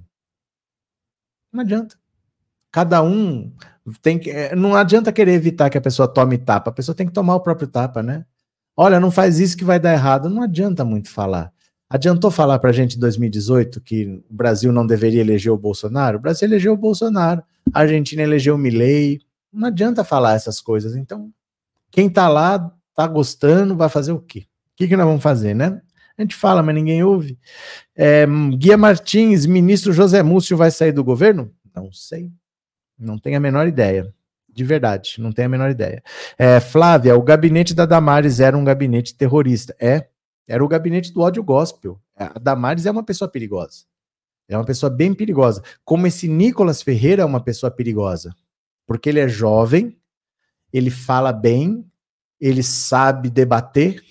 Não adianta. Cada um tem que... Não adianta querer evitar que a pessoa tome tapa. A pessoa tem que tomar o próprio tapa, né? Olha, não faz isso que vai dar errado. Não adianta muito falar. Adiantou falar pra gente em dois mil e dezoito que o Brasil não deveria eleger o Bolsonaro? O Brasil elegeu o Bolsonaro. A Argentina elegeu o Milei. Não adianta falar essas coisas. Então, quem tá lá, tá gostando, vai fazer o quê? O que, que nós vamos fazer, né? A gente fala, mas ninguém ouve. É, Guia Martins, ministro José Múcio vai sair do governo? Não sei. Não tenho a menor ideia. De verdade, não tenho a menor ideia. É, Flávia, o gabinete da Damares era um gabinete terrorista. É, era o gabinete do ódio gospel. A Damares é uma pessoa perigosa. É uma pessoa bem perigosa. Como esse Nicolas Ferreira é uma pessoa perigosa. Porque ele é jovem, ele fala bem, ele sabe debater,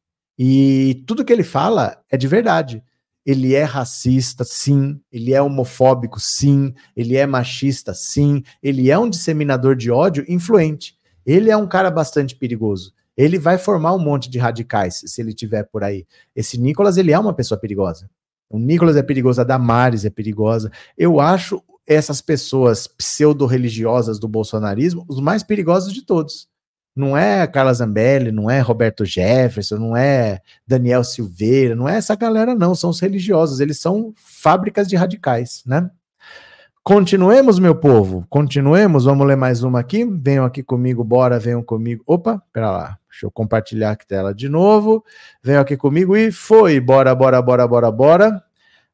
e tudo que ele fala é de verdade. Ele é racista, sim. Ele é homofóbico, sim. Ele é machista, sim. Ele é um disseminador de ódio influente. Ele é um cara bastante perigoso. Ele vai formar um monte de radicais, se ele tiver por aí. Esse Nicolas, ele é uma pessoa perigosa. O Nicolas é perigoso, a Damares é perigosa. Eu acho essas pessoas pseudo-religiosas do bolsonarismo os mais perigosos de todos. Não é Carla Zambelli, não é Roberto Jefferson, não é Daniel Silveira, não é essa galera não, são os religiosos, eles são fábricas de radicais, né? Continuemos, meu povo, continuemos, vamos ler mais uma aqui, venham aqui comigo, bora, venham comigo, opa, pera lá, deixa eu compartilhar a tela de novo, venham aqui comigo e foi, bora, bora, bora, bora, bora.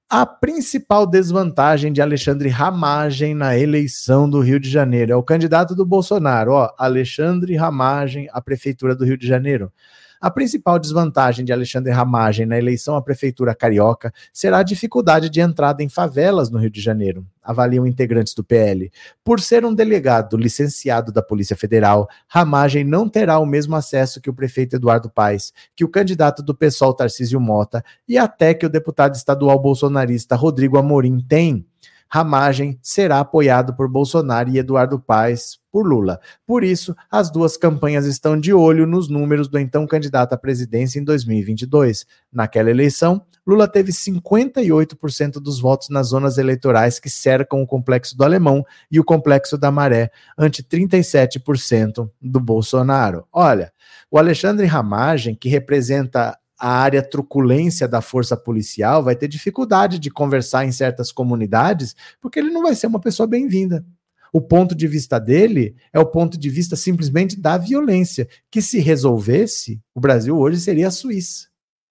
A principal desvantagem de Alexandre Ramagem na eleição do Rio de Janeiro é o candidato do Bolsonaro, ó, Alexandre Ramagem à Prefeitura do Rio de Janeiro. A principal desvantagem de Alexandre Ramagem na eleição à Prefeitura Carioca será a dificuldade de entrada em favelas no Rio de Janeiro, avaliam integrantes do P L. Por ser um delegado licenciado da Polícia Federal, Ramagem não terá o mesmo acesso que o prefeito Eduardo Paes, que o candidato do PSOL Tarcísio Mota e até que o deputado estadual bolsonarista Rodrigo Amorim tem. Ramagem será apoiado por Bolsonaro e Eduardo Paes por Lula. Por isso, as duas campanhas estão de olho nos números do então candidato à presidência em dois mil e vinte e dois. Naquela eleição, Lula teve cinquenta e oito por cento dos votos nas zonas eleitorais que cercam o Complexo do Alemão e o Complexo da Maré, ante trinta e sete por cento do Bolsonaro. Olha, o Alexandre Ramagem, que representa a área truculência da força policial, vai ter dificuldade de conversar em certas comunidades, porque ele não vai ser uma pessoa bem-vinda. O ponto de vista dele é o ponto de vista simplesmente da violência, que se resolvesse, o Brasil hoje seria a Suíça.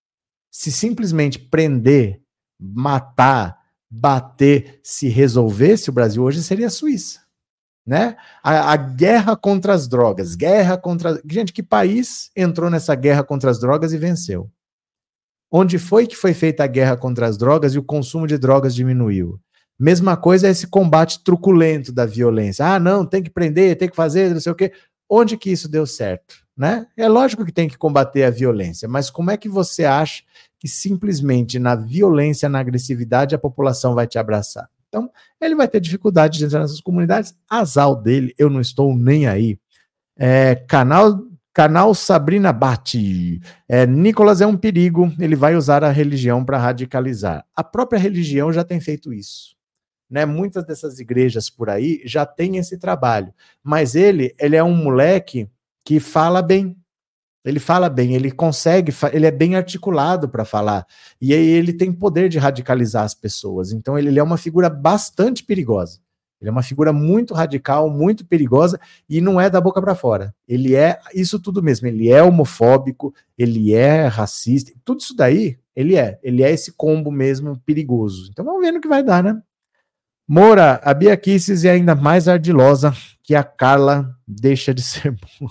Se simplesmente prender, matar, bater, se resolvesse, o Brasil hoje seria a Suíça. Né? A, a guerra contra as drogas, guerra contra... Gente, que país entrou nessa guerra contra as drogas e venceu? Onde foi que foi feita a guerra contra as drogas e o consumo de drogas diminuiu? Mesma coisa é esse combate truculento da violência. Ah, não, tem que prender, tem que fazer, não sei o quê. Onde que isso deu certo? Né? É lógico que tem que combater a violência, mas como é que você acha que simplesmente na violência, na agressividade, a população vai te abraçar? Então, ele vai ter dificuldade de entrar nessas comunidades. Azar dele, eu não estou nem aí. É, canal... Canal Sabrina Batti. É, Nicolas é um perigo, ele vai usar a religião para radicalizar. A própria religião já tem feito isso. Né? Muitas dessas igrejas por aí já têm esse trabalho. Mas ele, ele é um moleque que fala bem. Ele fala bem, ele consegue, ele é bem articulado para falar. E aí ele tem poder de radicalizar as pessoas. Então ele, ele é uma figura bastante perigosa. Ele é uma figura muito radical, muito perigosa, e não é da boca para fora. Ele é isso tudo mesmo. Ele é homofóbico, ele é racista, tudo isso daí, ele é. Ele é esse combo mesmo perigoso. Então vamos ver no que vai dar, né? Moura, a Bia Kicis é ainda mais ardilosa que a Carla deixa de ser boa.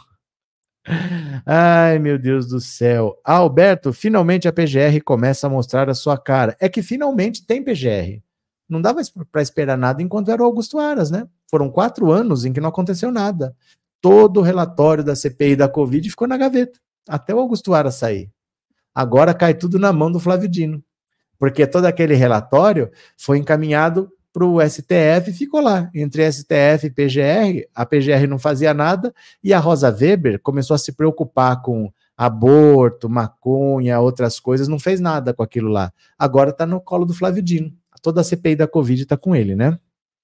Ai, meu Deus do céu. Ah, Alberto, finalmente a P G R começa a mostrar a sua cara. É que finalmente tem P G R. Não dava para esperar nada enquanto era o Augusto Aras, né? Foram quatro anos em que não aconteceu nada. Todo o relatório da C P I da Covid ficou na gaveta, até o Augusto Aras sair. Agora cai tudo na mão do Flávio Dino, porque todo aquele relatório foi encaminhado para o S T F e ficou lá, entre S T F e P G R. A P G R não fazia nada e a Rosa Weber começou a se preocupar com aborto, maconha, outras coisas, não fez nada com aquilo lá. Agora está no colo do Flávio Dino. Toda a C P I da Covid está com ele, né?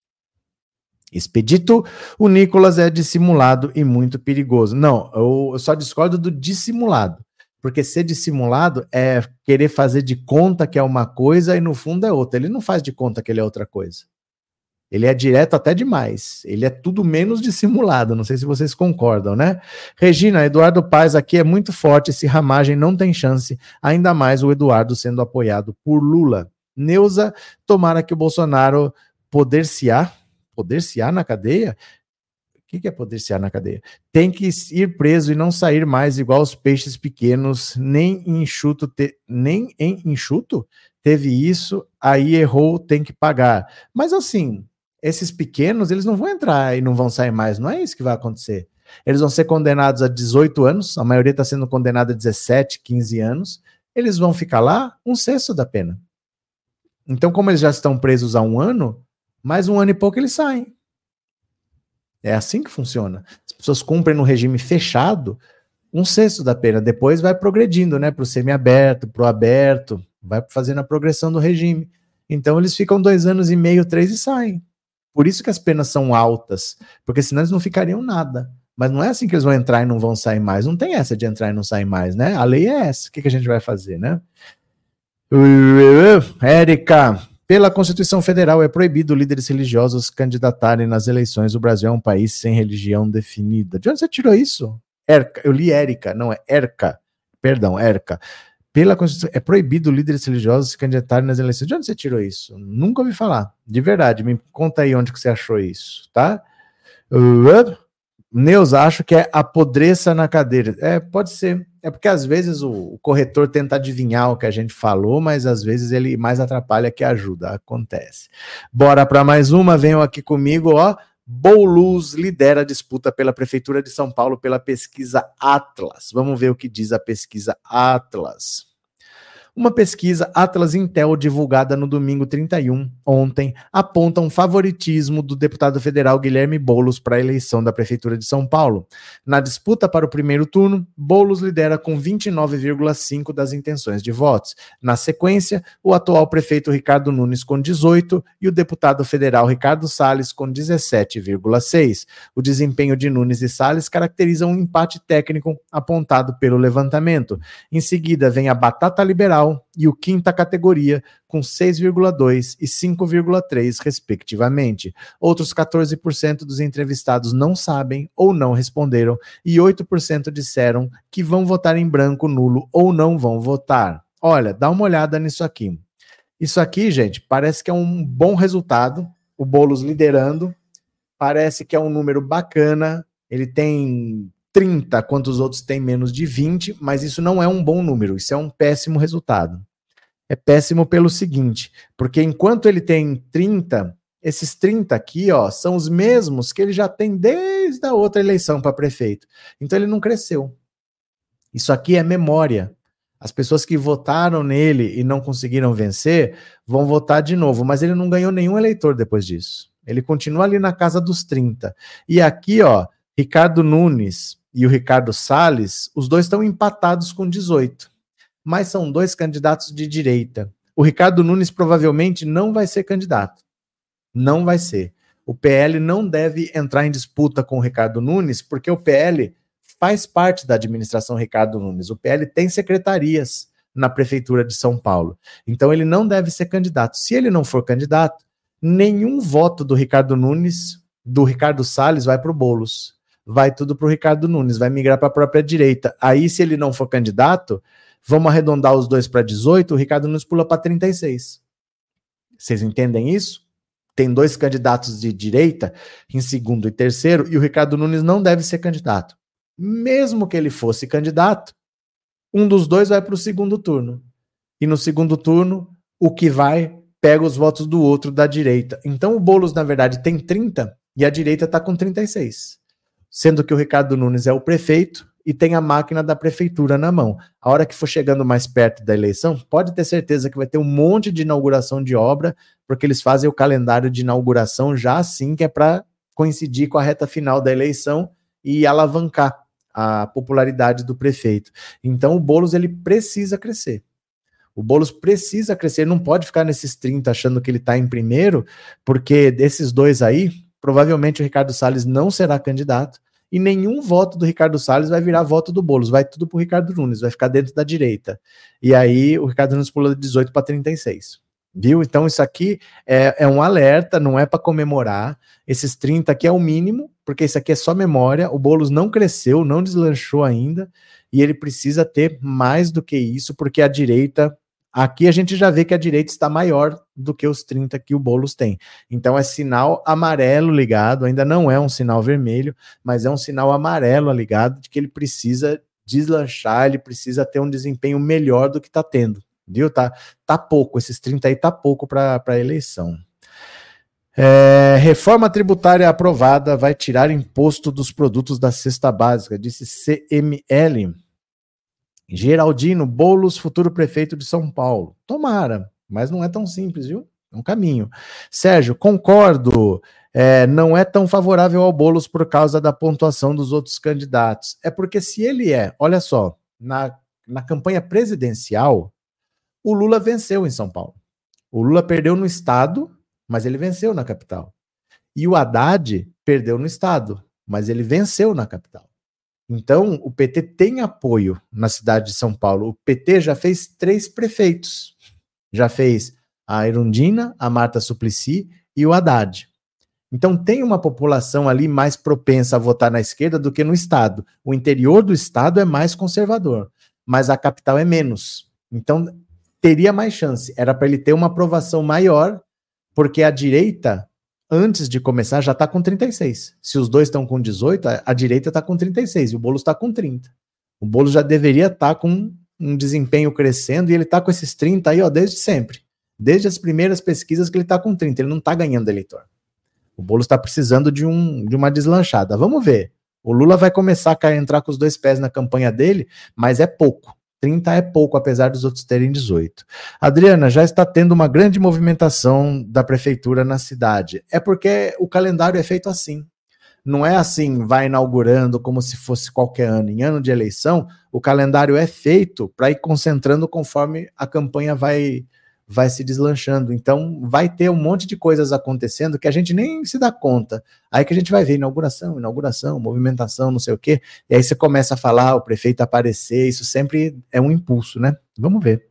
Expedito, o Nicolas é dissimulado e muito perigoso. Não, eu só discordo do dissimulado, porque ser dissimulado é querer fazer de conta que é uma coisa e no fundo é outra. Ele não faz de conta que ele é outra coisa. Ele é direto até demais. Ele é tudo menos dissimulado. Não sei se vocês concordam, né? Regina, Eduardo Paes aqui é muito forte. Esse Ramagem não tem chance. Ainda mais o Eduardo sendo apoiado por Lula. Neuza, tomara que o Bolsonaro poder-se-á, poder-se-á na cadeia? O que, que é poder-se-á na cadeia? Tem que ir preso e não sair mais igual os peixes pequenos, nem em enxuto, te, nem em enxuto teve isso, aí errou, tem que pagar. Mas assim, esses pequenos, eles não vão entrar e não vão sair mais, não é isso que vai acontecer. Eles vão ser condenados a dezoito anos, a maioria está sendo condenada a dezessete, quinze anos, eles vão ficar lá um sexto da pena. Então, como eles já estão presos há um ano, mais um ano e pouco eles saem. É assim que funciona. As pessoas cumprem no regime fechado um sexto da pena. Depois vai progredindo, né, para o semiaberto, para o aberto, vai fazendo a progressão do regime. Então, eles ficam dois anos e meio, três e saem. Por isso que as penas são altas, porque senão eles não ficariam nada. Mas não é assim que eles vão entrar e não vão sair mais. Não tem essa de entrar e não sair mais, né? A lei é essa. O que, que a gente vai fazer, né? Érica, pela Constituição Federal é proibido líderes religiosos candidatarem nas eleições. O Brasil é um país sem religião definida. De onde você tirou isso? Erca, eu li Érica, não é Erca. Perdão, Érica. Pela Constituição, é proibido líderes religiosos se candidatarem nas eleições. De onde você tirou isso? Nunca ouvi falar. De verdade, me conta aí onde que você achou isso, tá? Uh, Neuza, acho que é apodreça na cadeira. É, pode ser. É porque às vezes o, o corretor tenta adivinhar o que a gente falou, mas às vezes ele mais atrapalha que ajuda. Acontece. Bora para mais uma. Venham aqui comigo, ó. Boulos lidera a disputa pela Prefeitura de São Paulo pela pesquisa Atlas. Vamos ver o que diz a pesquisa Atlas. Uma pesquisa Atlas Intel divulgada no domingo trinta e um, ontem, aponta um favoritismo do deputado federal Guilherme Boulos para a eleição da Prefeitura de São Paulo. Na disputa para o primeiro turno, Boulos lidera com vinte e nove vírgula cinco por cento das intenções de votos. Na sequência, o atual prefeito Ricardo Nunes com dezoito e o deputado federal Ricardo Salles com dezessete vírgula seis por cento. O desempenho de Nunes e Salles caracteriza um empate técnico apontado pelo levantamento. Em seguida, vem a batata liberal e o quinta categoria, com seis vírgula dois por cento e cinco vírgula três por cento, respectivamente. Outros quatorze por cento dos entrevistados não sabem ou não responderam, e oito por cento disseram que vão votar em branco, nulo ou não vão votar. Olha, dá uma olhada nisso aqui. Isso aqui, gente, parece que é um bom resultado, o Boulos liderando, parece que é um número bacana, ele tem trinta, quanto os outros têm menos de vinte, mas isso não é um bom número, isso é um péssimo resultado. É péssimo pelo seguinte, porque enquanto ele tem trinta, esses trinta aqui, ó, são os mesmos que ele já tem desde a outra eleição para prefeito. Então ele não cresceu. Isso aqui é memória. As pessoas que votaram nele e não conseguiram vencer, vão votar de novo, mas ele não ganhou nenhum eleitor depois disso. Ele continua ali na casa dos trinta. E aqui, ó, Ricardo Nunes e o Ricardo Salles, os dois estão empatados com dezoito, mas são dois candidatos de direita. O Ricardo Nunes provavelmente não vai ser candidato, não vai ser. O P L não deve entrar em disputa com o Ricardo Nunes, porque o P L faz parte da administração Ricardo Nunes. O P L tem secretarias na Prefeitura de São Paulo, então ele não deve ser candidato. Se ele não for candidato, nenhum voto do Ricardo Nunes, do Ricardo Salles, vai para o Boulos. Vai tudo para o Ricardo Nunes, vai migrar para a própria direita. Aí, se ele não for candidato, vamos arredondar os dois para dezoito, o Ricardo Nunes pula para trinta e seis. Vocês entendem isso? Tem dois candidatos de direita, em segundo e terceiro, e o Ricardo Nunes não deve ser candidato. Mesmo que ele fosse candidato, um dos dois vai para o segundo turno. E no segundo turno, o que vai pega os votos do outro da direita. Então o Boulos, na verdade, tem trinta e a direita está com trinta e seis. Sendo que o Ricardo Nunes é o prefeito e tem a máquina da prefeitura na mão. A hora que for chegando mais perto da eleição, pode ter certeza que vai ter um monte de inauguração de obra, porque eles fazem o calendário de inauguração já assim, que é para coincidir com a reta final da eleição e alavancar a popularidade do prefeito. Então o Boulos, ele precisa crescer. O Boulos precisa crescer, não pode ficar nesses trinta achando que ele está em primeiro, porque desses dois aí, provavelmente o Ricardo Salles não será candidato e nenhum voto do Ricardo Salles vai virar voto do Boulos, vai tudo pro Ricardo Nunes, vai ficar dentro da direita. E aí o Ricardo Nunes pula de dezoito para trinta e seis. Viu? Então isso aqui é, é um alerta, não é para comemorar. Esses trinta aqui é o mínimo, porque isso aqui é só memória. O Boulos não cresceu, não deslanchou ainda, e ele precisa ter mais do que isso, porque a direita... Aqui a gente já vê que a direita está maior do que os trinta que o Boulos tem. Então é sinal amarelo ligado, ainda não é um sinal vermelho, mas é um sinal amarelo ligado de que ele precisa deslanchar, ele precisa ter um desempenho melhor do que está tendo. Viu? Tá, tá pouco, esses trinta aí tá pouco para a eleição. É, reforma tributária aprovada vai tirar imposto dos produtos da cesta básica, disse C M L. Geraldino Boulos, futuro prefeito de São Paulo. Tomara, mas não é tão simples, viu? É um caminho. Sérgio, concordo, é, não é tão favorável ao Boulos por causa da pontuação dos outros candidatos. É porque se ele é, olha só, na, na campanha presidencial, o Lula venceu em São Paulo. O Lula perdeu no estado, mas ele venceu na capital. E o Haddad perdeu no estado, mas ele venceu na capital. Então, o P T tem apoio na cidade de São Paulo. O P T já fez três prefeitos. Já fez a Erundina, a Marta Suplicy e o Haddad. Então, tem uma população ali mais propensa a votar na esquerda do que no estado. O interior do estado é mais conservador, mas a capital é menos. Então, teria mais chance. Era para ele ter uma aprovação maior, porque a direita, antes de começar, já está com trinta e seis. Se os dois estão com dezoito, a, a direita está com trinta e seis e o Boulos está com trinta. O Boulos já deveria estar tá com um desempenho crescendo e ele está com esses trinta aí, ó, desde sempre. Desde as primeiras pesquisas que ele está com trinta. Ele não está ganhando eleitor. O Boulos está precisando de, um, de uma deslanchada. Vamos ver. O Lula vai começar a entrar com os dois pés na campanha dele, mas é pouco. trinta é pouco, apesar dos outros terem dezoito. Adriana, já está tendo uma grande movimentação da prefeitura na cidade. É porque o calendário é feito assim. Não é assim, vai inaugurando como se fosse qualquer ano. Em ano de eleição, o calendário é feito para ir concentrando conforme a campanha vai, vai se deslanchando. Então, vai ter um monte de coisas acontecendo que a gente nem se dá conta. Aí que a gente vai ver inauguração, inauguração, movimentação, não sei o quê. E aí você começa a falar, o prefeito aparecer, isso sempre é um impulso, né? Vamos ver.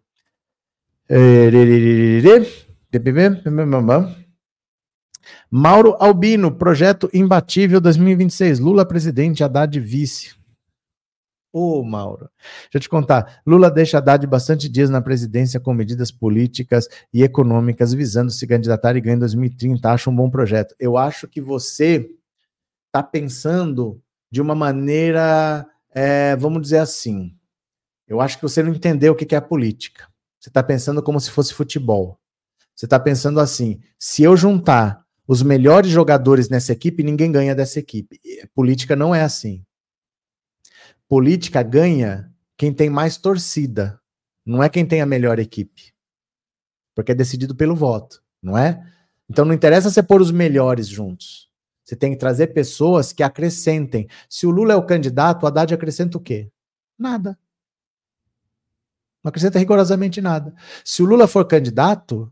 Mauro Albino, projeto imbatível dois mil e vinte e seis, Lula presidente, Haddad vice. Ô, oh, Mauro, deixa eu te contar, Lula deixa Haddad bastante dias na presidência com medidas políticas e econômicas visando se candidatar e ganhar em dois mil e trinta, acho um bom projeto. Eu acho que você está pensando de uma maneira, é, vamos dizer assim, eu acho que você não entendeu o que é a política. Você está pensando como se fosse futebol. Você está pensando assim, se eu juntar os melhores jogadores nessa equipe, ninguém ganha dessa equipe. Política não é assim. Política ganha quem tem mais torcida, não é quem tem a melhor equipe. Porque é decidido pelo voto, não é? Então não interessa você pôr os melhores juntos. Você tem que trazer pessoas que acrescentem. Se o Lula é o candidato, o Haddad acrescenta o quê? Nada. Não acrescenta rigorosamente nada. Se o Lula for candidato,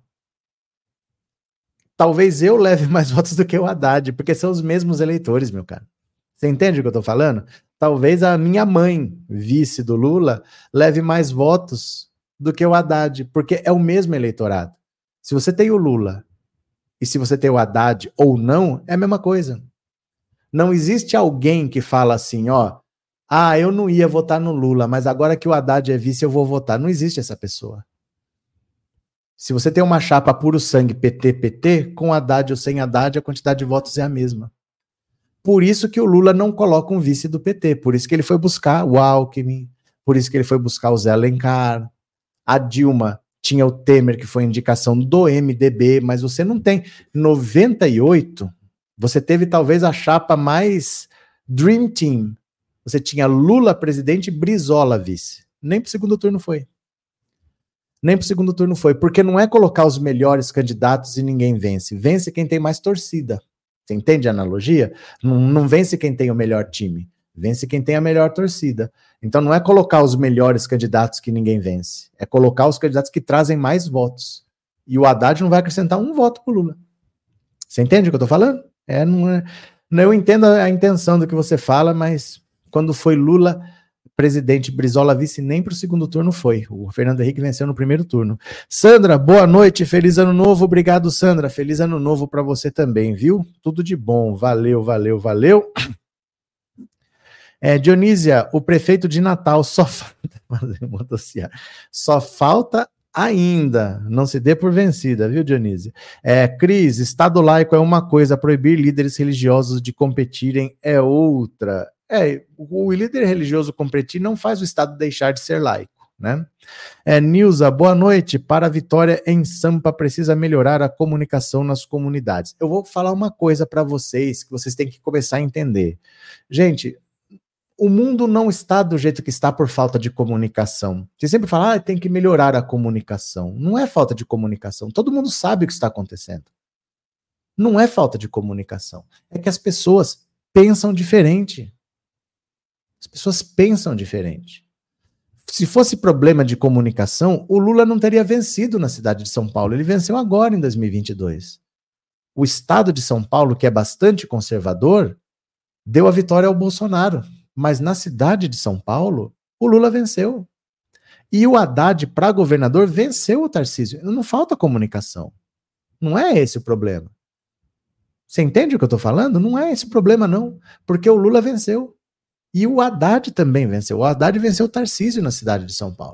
talvez eu leve mais votos do que o Haddad, porque são os mesmos eleitores, meu cara. Você entende o que eu tô falando? Talvez a minha mãe, vice do Lula, leve mais votos do que o Haddad, porque é o mesmo eleitorado. Se você tem o Lula e se você tem o Haddad ou não, é a mesma coisa. Não existe alguém que fala assim, ó, ah, eu não ia votar no Lula, mas agora que o Haddad é vice eu vou votar. Não existe essa pessoa. Se você tem uma chapa puro sangue P T P T, com Haddad ou sem Haddad, a quantidade de votos é a mesma. Por isso que o Lula não coloca um vice do P T, por isso que ele foi buscar o Alckmin, por isso que ele foi buscar o Zé Alencar. A Dilma tinha o Temer, que foi indicação do M D B, mas você não tem. Em noventa e oito, você teve talvez a chapa mais Dream Team. Você tinha Lula presidente e Brizola vice. Nem para o segundo turno foi. Nem para o segundo turno foi, porque não é colocar os melhores candidatos e ninguém vence. Vence quem tem mais torcida. Você entende a analogia? Não, não vence quem tem o melhor time. Vence quem tem a melhor torcida. Então não é colocar os melhores candidatos que ninguém vence. É colocar os candidatos que trazem mais votos. E o Haddad não vai acrescentar um voto pro Lula. Você entende o que eu tô falando? É, não é, eu entendo a intenção do que você fala, mas quando foi Lula presidente, Brizola vice, nem para o segundo turno foi. O Fernando Henrique venceu no primeiro turno. Sandra, boa noite, feliz ano novo. Obrigado, Sandra. Feliz ano novo para você também, viu? Tudo de bom. Valeu, valeu, valeu. É, Dionísia, o prefeito de Natal só falta, só falta ainda, não se dê por vencida, viu, Dionísia? É, Cris, Estado laico é uma coisa, proibir líderes religiosos de competirem é outra. É, o líder religioso competir não faz o Estado deixar de ser laico, né? É, Nilza, boa noite. Para a vitória em Sampa, precisa melhorar a comunicação nas comunidades. Eu vou falar uma coisa para vocês, que vocês têm que começar a entender. Gente, o mundo não está do jeito que está por falta de comunicação. Você sempre fala, ah, tem que melhorar a comunicação. Não é falta de comunicação. Todo mundo sabe o que está acontecendo. Não é falta de comunicação. É que as pessoas pensam diferente. As pessoas pensam diferente. Se fosse problema de comunicação, o Lula não teria vencido na cidade de São Paulo. Ele venceu agora, em dois mil e vinte e dois. O estado de São Paulo, que é bastante conservador, deu a vitória ao Bolsonaro. Mas na cidade de São Paulo, o Lula venceu. E o Haddad, para governador, venceu o Tarcísio. Não falta comunicação. Não é esse o problema. Você entende o que eu estou falando? Não é esse o problema, não. Porque o Lula venceu. E o Haddad também venceu. O Haddad venceu o Tarcísio na cidade de São Paulo.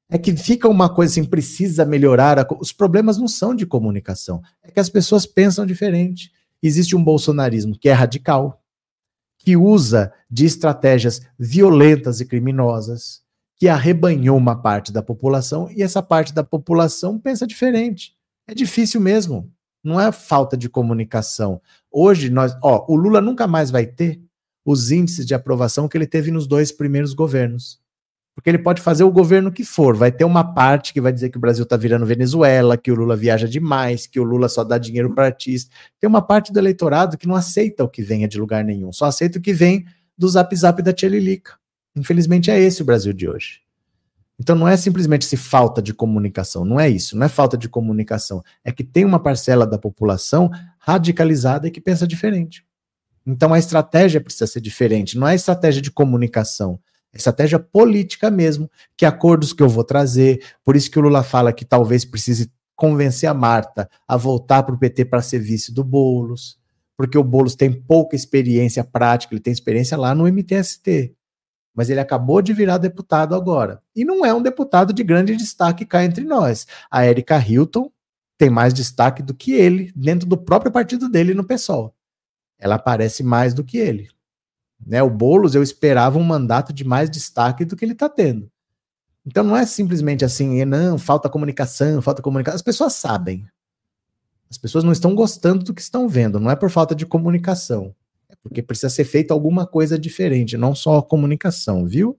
É que fica uma coisa assim, precisa melhorar. A... Os problemas não são de comunicação. É que as pessoas pensam diferente. Existe um bolsonarismo que é radical, que usa de estratégias violentas e criminosas, que arrebanhou uma parte da população, e essa parte da população pensa diferente. É difícil mesmo. Não é falta de comunicação. Hoje, nós, ó, o Lula nunca mais vai ter os índices de aprovação que ele teve nos dois primeiros governos. Porque ele pode fazer o governo que for, vai ter uma parte que vai dizer que o Brasil está virando Venezuela, que o Lula viaja demais, que o Lula só dá dinheiro para artista. Tem uma parte do eleitorado que não aceita o que venha de lugar nenhum, só aceita o que vem do Zap Zap da Tia Lilica. Infelizmente é esse o Brasil de hoje. Então não é simplesmente se falta de comunicação, não é isso, não é falta de comunicação, é que tem uma parcela da população radicalizada e que pensa diferente. Então a estratégia precisa ser diferente, não é estratégia de comunicação, é estratégia política mesmo, que acordos que eu vou trazer, por isso que o Lula fala que talvez precise convencer a Marta a voltar para o P T para ser vice do Boulos, porque o Boulos tem pouca experiência prática, ele tem experiência lá no M T S T, mas ele acabou de virar deputado agora, e não é um deputado de grande destaque cá entre nós. A Erika Hilton tem mais destaque do que ele, dentro do próprio partido dele no PSOL. Ela aparece mais do que ele. Né, o Boulos, eu esperava um mandato de mais destaque do que ele está tendo. Então não é simplesmente assim, não, falta comunicação, falta comunicação. As pessoas sabem. As pessoas não estão gostando do que estão vendo, não é por falta de comunicação. É porque precisa ser feita alguma coisa diferente, não só a comunicação, viu?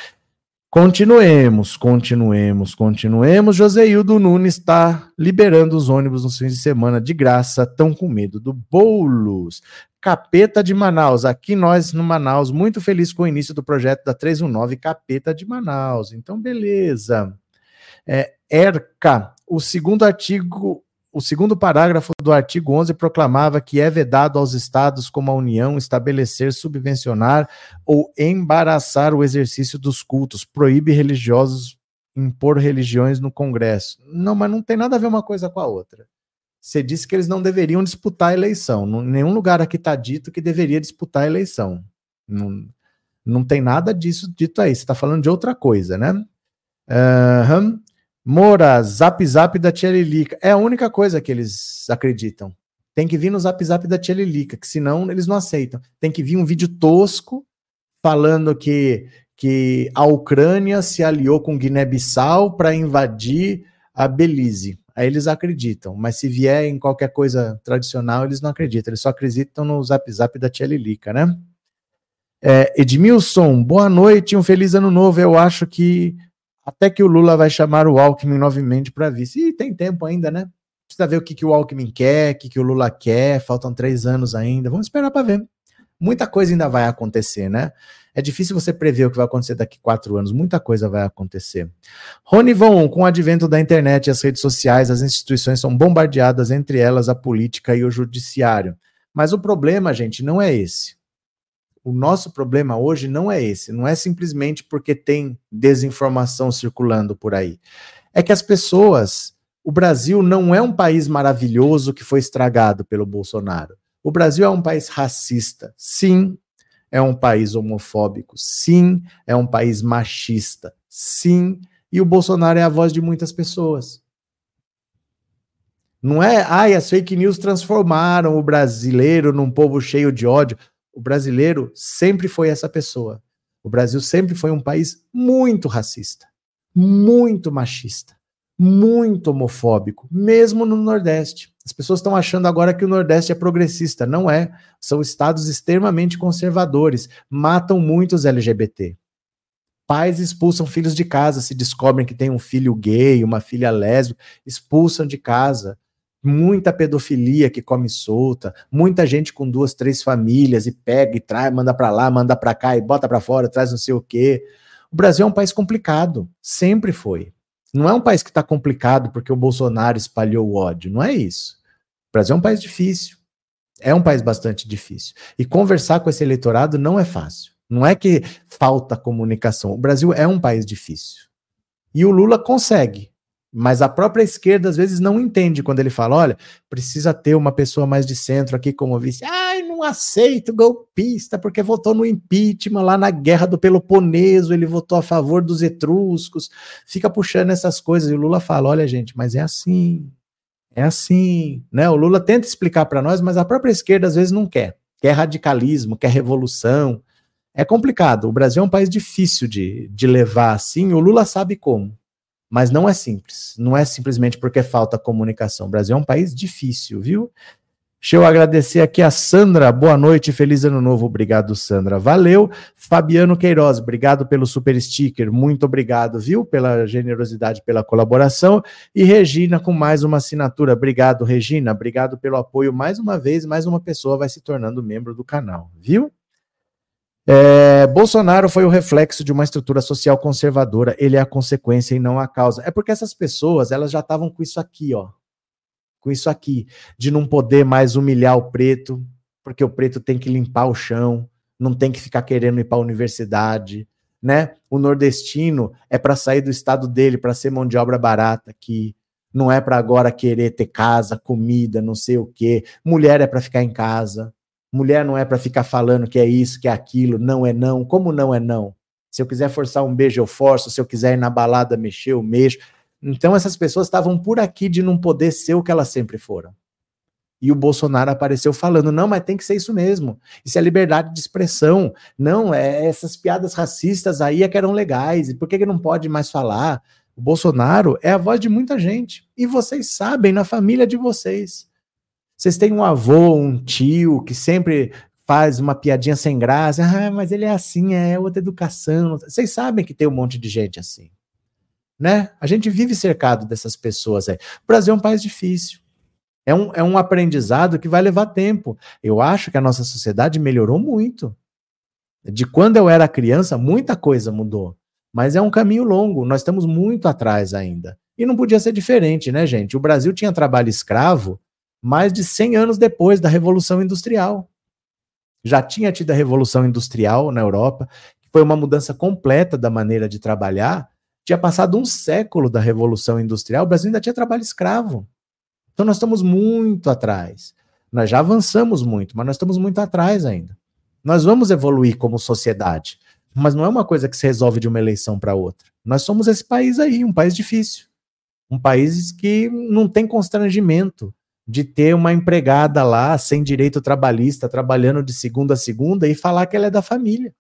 Continuemos, continuemos, continuemos. Joseildo Nunes está liberando os ônibus nos fins de semana de graça, tão com medo do Boulos. Capeta de Manaus, aqui nós no Manaus, muito feliz com o início do projeto da trezentos e dezenove Capeta de Manaus. Então, beleza. É, Erca, o segundo artigo, o segundo parágrafo do artigo onze proclamava que é vedado aos estados como a União estabelecer, subvencionar ou embaraçar o exercício dos cultos, proíbe religiosos impor religiões no Congresso. Não, mas não tem nada a ver uma coisa com a outra. Você disse que eles não deveriam disputar a eleição. Em nenhum lugar aqui está dito que deveria disputar a eleição. Não, não tem nada disso dito aí. Você está falando de outra coisa, né? Uhum. Moura, Zap Zap da Tia Lilica. É a única coisa que eles acreditam. Tem que vir no Zap Zap da Tia Lilica, que senão eles não aceitam. Tem que vir um vídeo tosco falando que, que a Ucrânia se aliou com Guiné-Bissau para invadir a Belize. Aí eles acreditam, mas se vier em qualquer coisa tradicional, eles não acreditam, eles só acreditam no Zap Zap da Tia Lilica, né? É, Edmilson, boa noite, um feliz ano novo. Eu acho que até que o Lula vai chamar o Alckmin novamente para vice. E tem tempo ainda, né? Precisa ver o que, que o Alckmin quer, o que, que o Lula quer, faltam três anos ainda, vamos esperar para ver. Muita coisa ainda vai acontecer, né? É difícil você prever o que vai acontecer daqui a quatro anos, muita coisa vai acontecer. Ronivon, com o advento da internet e as redes sociais, as instituições são bombardeadas, entre elas a política e o judiciário. Mas o problema, gente, não é esse. O nosso problema hoje não é esse, não é simplesmente porque tem desinformação circulando por aí. É que as pessoas, o Brasil não é um país maravilhoso que foi estragado pelo Bolsonaro. O Brasil é um país racista, sim. É um país homofóbico, sim. É um país machista, sim. E o Bolsonaro é a voz de muitas pessoas. Não é, ai, as fake news transformaram o brasileiro num povo cheio de ódio. O brasileiro sempre foi essa pessoa. O Brasil sempre foi um país muito racista, muito machista, muito homofóbico, mesmo no Nordeste. As pessoas estão achando agora que o Nordeste é progressista. Não é. São estados extremamente conservadores. Matam muitos L G B T. Pais expulsam filhos de casa, se descobrem que tem um filho gay, uma filha lésbica, expulsam de casa. Muita pedofilia que come solta, muita gente com duas, três famílias e pega e traz, manda pra lá, manda pra cá e bota pra fora, traz não sei o quê. O Brasil é um país complicado. Sempre foi. Não é um país que está complicado porque o Bolsonaro espalhou o ódio, não é isso. O Brasil é um país difícil, é um país bastante difícil. E conversar com esse eleitorado não é fácil. Não é que falta comunicação, o Brasil é um país difícil. E o Lula consegue. Mas a própria esquerda, às vezes, não entende quando ele fala, olha, precisa ter uma pessoa mais de centro aqui como vice. Ai, não aceito golpista, porque votou no impeachment lá na Guerra do Peloponeso, ele votou a favor dos etruscos, fica puxando essas coisas. E o Lula fala, olha, gente, mas é assim, é assim, né? O Lula tenta explicar para nós, mas a própria esquerda, às vezes, não quer. Quer radicalismo, quer revolução. É complicado. O Brasil é um país difícil de, de levar assim, o Lula sabe como. Mas não é simples, não é simplesmente porque falta comunicação. O Brasil é um país difícil, viu? Deixa eu agradecer aqui a Sandra, boa noite, feliz ano novo, obrigado Sandra, valeu. Fabiano Queiroz, obrigado pelo super sticker, muito obrigado, viu, pela generosidade, pela colaboração. E Regina com mais uma assinatura, obrigado Regina, obrigado pelo apoio mais uma vez, mais uma pessoa vai se tornando membro do canal, viu? É, Bolsonaro foi o reflexo de uma estrutura social conservadora, ele é a consequência e não a causa. É porque essas pessoas, elas já estavam com isso aqui, ó, com isso aqui, de não poder mais humilhar o preto, porque o preto tem que limpar o chão, não tem que ficar querendo ir para a universidade, né? O nordestino é para sair do estado dele, para ser mão de obra barata aqui, não é para agora querer ter casa, comida, não sei o quê, mulher é para ficar em casa. Mulher não é para ficar falando que é isso, que é aquilo, não é não. Como não é não? Se eu quiser forçar um beijo, eu forço. Se eu quiser ir na balada, mexer, eu mexo. Então essas pessoas estavam por aqui de não poder ser o que elas sempre foram. E o Bolsonaro apareceu falando, não, mas tem que ser isso mesmo. Isso é liberdade de expressão. Não, é essas piadas racistas aí é que eram legais. E por que que não pode mais falar? O Bolsonaro é a voz de muita gente. E vocês sabem, na família de vocês. Vocês têm um avô, um tio que sempre faz uma piadinha sem graça, ah, mas ele é assim, é outra educação. Vocês sabem que tem um monte de gente assim, né? A gente vive cercado dessas pessoas aí. O Brasil é um país difícil. É um, é um aprendizado que vai levar tempo. Eu acho que a nossa sociedade melhorou muito. De quando eu era criança, muita coisa mudou. Mas é um caminho longo, nós estamos muito atrás ainda. E não podia ser diferente, né, gente? O Brasil tinha trabalho escravo mais de cem anos depois da Revolução Industrial. Já tinha tido a Revolução Industrial na Europa, que foi uma mudança completa da maneira de trabalhar. Tinha passado um século da Revolução Industrial, o Brasil ainda tinha trabalho escravo. Então nós estamos muito atrás. Nós já avançamos muito, mas nós estamos muito atrás ainda. Nós vamos evoluir como sociedade, mas não é uma coisa que se resolve de uma eleição para outra. Nós somos esse país aí, um país difícil. Um país que não tem constrangimento de ter uma empregada lá, sem direito trabalhista, trabalhando de segunda a segunda e falar que ela é da família.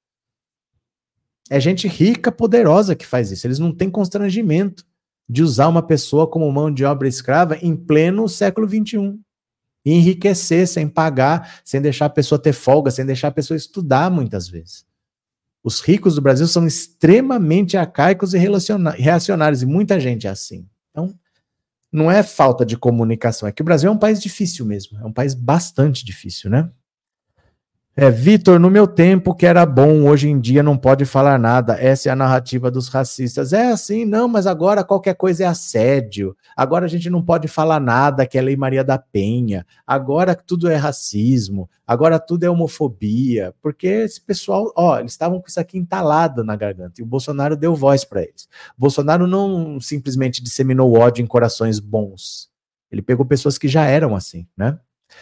É gente rica, poderosa que faz isso. Eles não têm constrangimento de usar uma pessoa como mão de obra escrava em pleno século vinte e um. E enriquecer sem pagar, sem deixar a pessoa ter folga, sem deixar a pessoa estudar muitas vezes. Os ricos do Brasil são extremamente arcaicos e reacionários, e muita gente é assim. Então, não é falta de comunicação, é que o Brasil é um país difícil mesmo, é um país bastante difícil, né? É, Vitor, no meu tempo que era bom, hoje em dia não pode falar nada, essa é a narrativa dos racistas. É assim, não, mas agora qualquer coisa é assédio, agora a gente não pode falar nada, que é Lei Maria da Penha, agora tudo é racismo, agora tudo é homofobia, porque esse pessoal, ó, eles estavam com isso aqui entalado na garganta, e o Bolsonaro deu voz para eles. O Bolsonaro não simplesmente disseminou ódio em corações bons, ele pegou pessoas que já eram assim, né?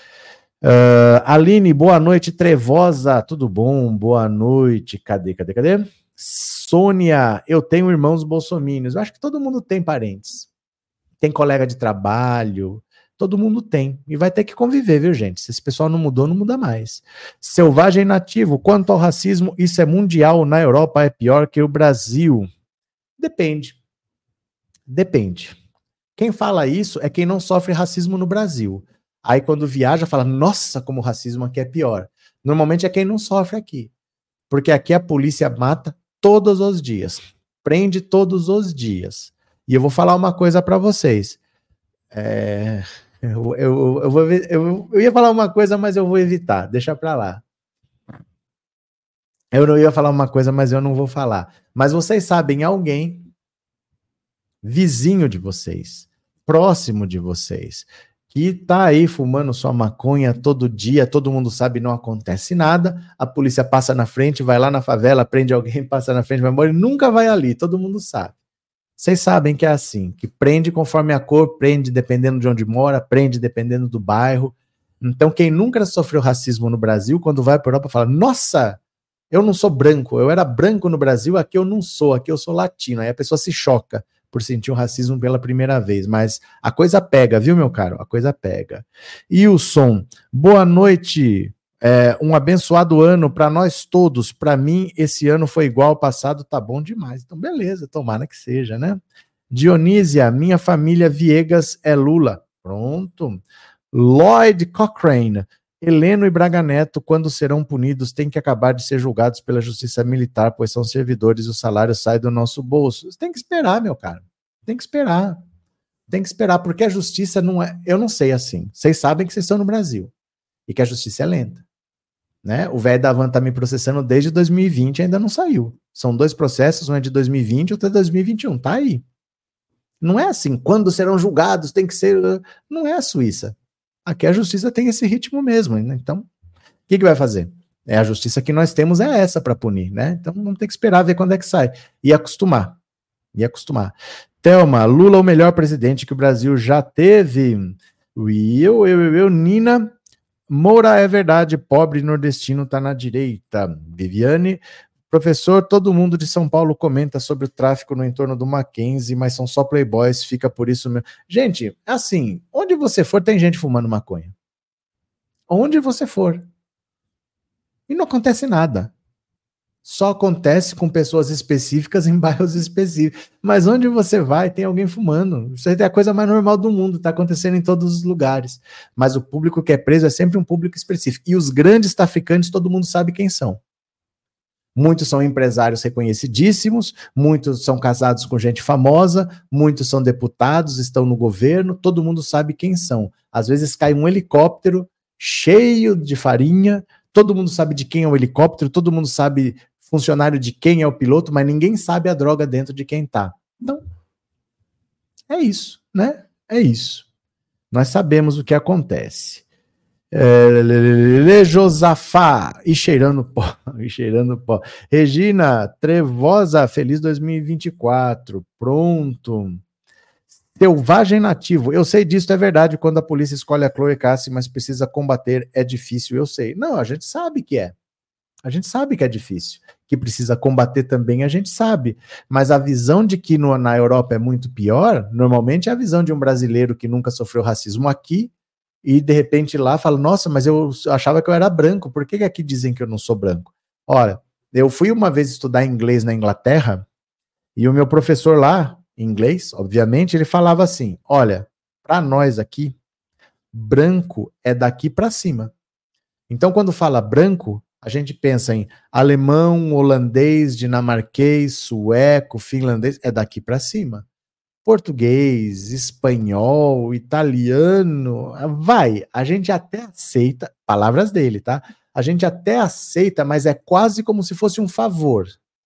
Uh, Aline, boa noite, trevosa, tudo bom? Boa noite, cadê, cadê, cadê? Sônia, eu tenho irmãos bolsominions, eu acho que todo mundo tem parentes, tem colega de trabalho, todo mundo tem, e vai ter que conviver, viu, gente? Se esse pessoal não mudou, não muda mais. Selvagem nativo, quanto ao racismo, isso é mundial, na Europa é pior que o Brasil. Depende, depende. Quem fala isso é quem não sofre racismo no Brasil. Aí quando viaja fala, nossa, como o racismo aqui é pior. Normalmente é quem não sofre aqui. Porque aqui a polícia mata todos os dias. Prende todos os dias. E eu vou falar uma coisa para vocês. É, eu, eu, eu, vou, eu, eu ia falar uma coisa, mas eu vou evitar. Deixa para lá. Eu não ia falar uma coisa, mas eu não vou falar. Mas vocês sabem alguém, vizinho de vocês, próximo de vocês, que tá aí fumando sua maconha todo dia, todo mundo sabe, não acontece nada, a polícia passa na frente, vai lá na favela, prende alguém, passa na frente, vai embora, e nunca vai ali, todo mundo sabe. Vocês sabem que é assim, que prende conforme a cor, prende dependendo de onde mora, prende dependendo do bairro. Então, quem nunca sofreu racismo no Brasil, quando vai para a Europa, fala, nossa, eu não sou branco, eu era branco no Brasil, aqui eu não sou, aqui eu sou latino. Aí a pessoa se choca por sentir o racismo pela primeira vez. Mas a coisa pega, viu, meu caro? A coisa pega. Wilson, boa noite. É, um abençoado ano para nós todos. Para mim, esse ano foi igual ao passado, tá bom demais. Então, beleza, tomara que seja, né? Dionísia, minha família Viegas é Lula. Pronto. Lloyd Cochrane, Heleno e Braga Neto, quando serão punidos, têm que acabar de ser julgados pela justiça militar, pois são servidores e o salário sai do nosso bolso. Você tem que esperar, meu cara. Tem que esperar. Tem que esperar, porque a justiça não é... Eu não sei assim. Vocês sabem que vocês estão no Brasil e que a justiça é lenta. Né? O velho da Van tá me processando desde dois mil e vinte e ainda não saiu. São dois processos, um é de dois mil e vinte, outro é de dois mil e vinte e um. Tá aí. Não é assim, quando serão julgados, tem que ser... Não é a Suíça. Aqui a justiça tem esse ritmo mesmo. Né? Então, o que, que vai fazer? É a justiça que nós temos é essa para punir, né? Então vamos ter que esperar ver quando é que sai. E acostumar. E acostumar. Thelma, Lula o melhor presidente que o Brasil já teve. Eu, eu, eu, eu, Nina... Moura é verdade, pobre nordestino tá na direita. Viviane, professor, todo mundo de São Paulo comenta sobre o tráfico no entorno do Mackenzie, mas são só playboys, fica por isso mesmo. Gente, assim, onde você for tem gente fumando maconha. Onde você for. E não acontece nada. Só acontece com pessoas específicas em bairros específicos. Mas onde você vai, tem alguém fumando. Isso aí é a coisa mais normal do mundo, está acontecendo em todos os lugares. Mas o público que é preso é sempre um público específico. E os grandes traficantes, todo mundo sabe quem são. Muitos são empresários reconhecidíssimos, muitos são casados com gente famosa, muitos são deputados, estão no governo, todo mundo sabe quem são. Às vezes cai um helicóptero cheio de farinha, todo mundo sabe de quem é o helicóptero, todo mundo sabe funcionário de quem é o piloto, mas ninguém sabe a droga dentro de quem tá. Então, é isso, né? É isso. Nós sabemos o que acontece. É, Josafá, e cheirando pó, e cheirando pó. Regina Trevosa, feliz dois mil e vinte e quatro. Pronto. Selvagem nativo, eu sei disso, é verdade, quando a polícia escolhe a Chloe Cassi, mas precisa combater, é difícil, eu sei. Não, a gente sabe que é. A gente sabe que é difícil. Que precisa combater também, a gente sabe. Mas a visão de que no, na Europa é muito pior, normalmente é a visão de um brasileiro que nunca sofreu racismo aqui, e de repente lá fala, nossa, mas eu achava que eu era branco, por que, que aqui dizem que eu não sou branco? Ora, eu fui uma vez estudar inglês na Inglaterra, e o meu professor lá, em inglês, obviamente, ele falava assim, olha, para nós aqui, branco é daqui para cima. Então, quando fala branco, a gente pensa em alemão, holandês, dinamarquês, sueco, finlandês, é daqui para cima. Português, espanhol, italiano, vai, a gente até aceita, palavras dele, tá? A gente até aceita, mas é quase como se fosse um favor.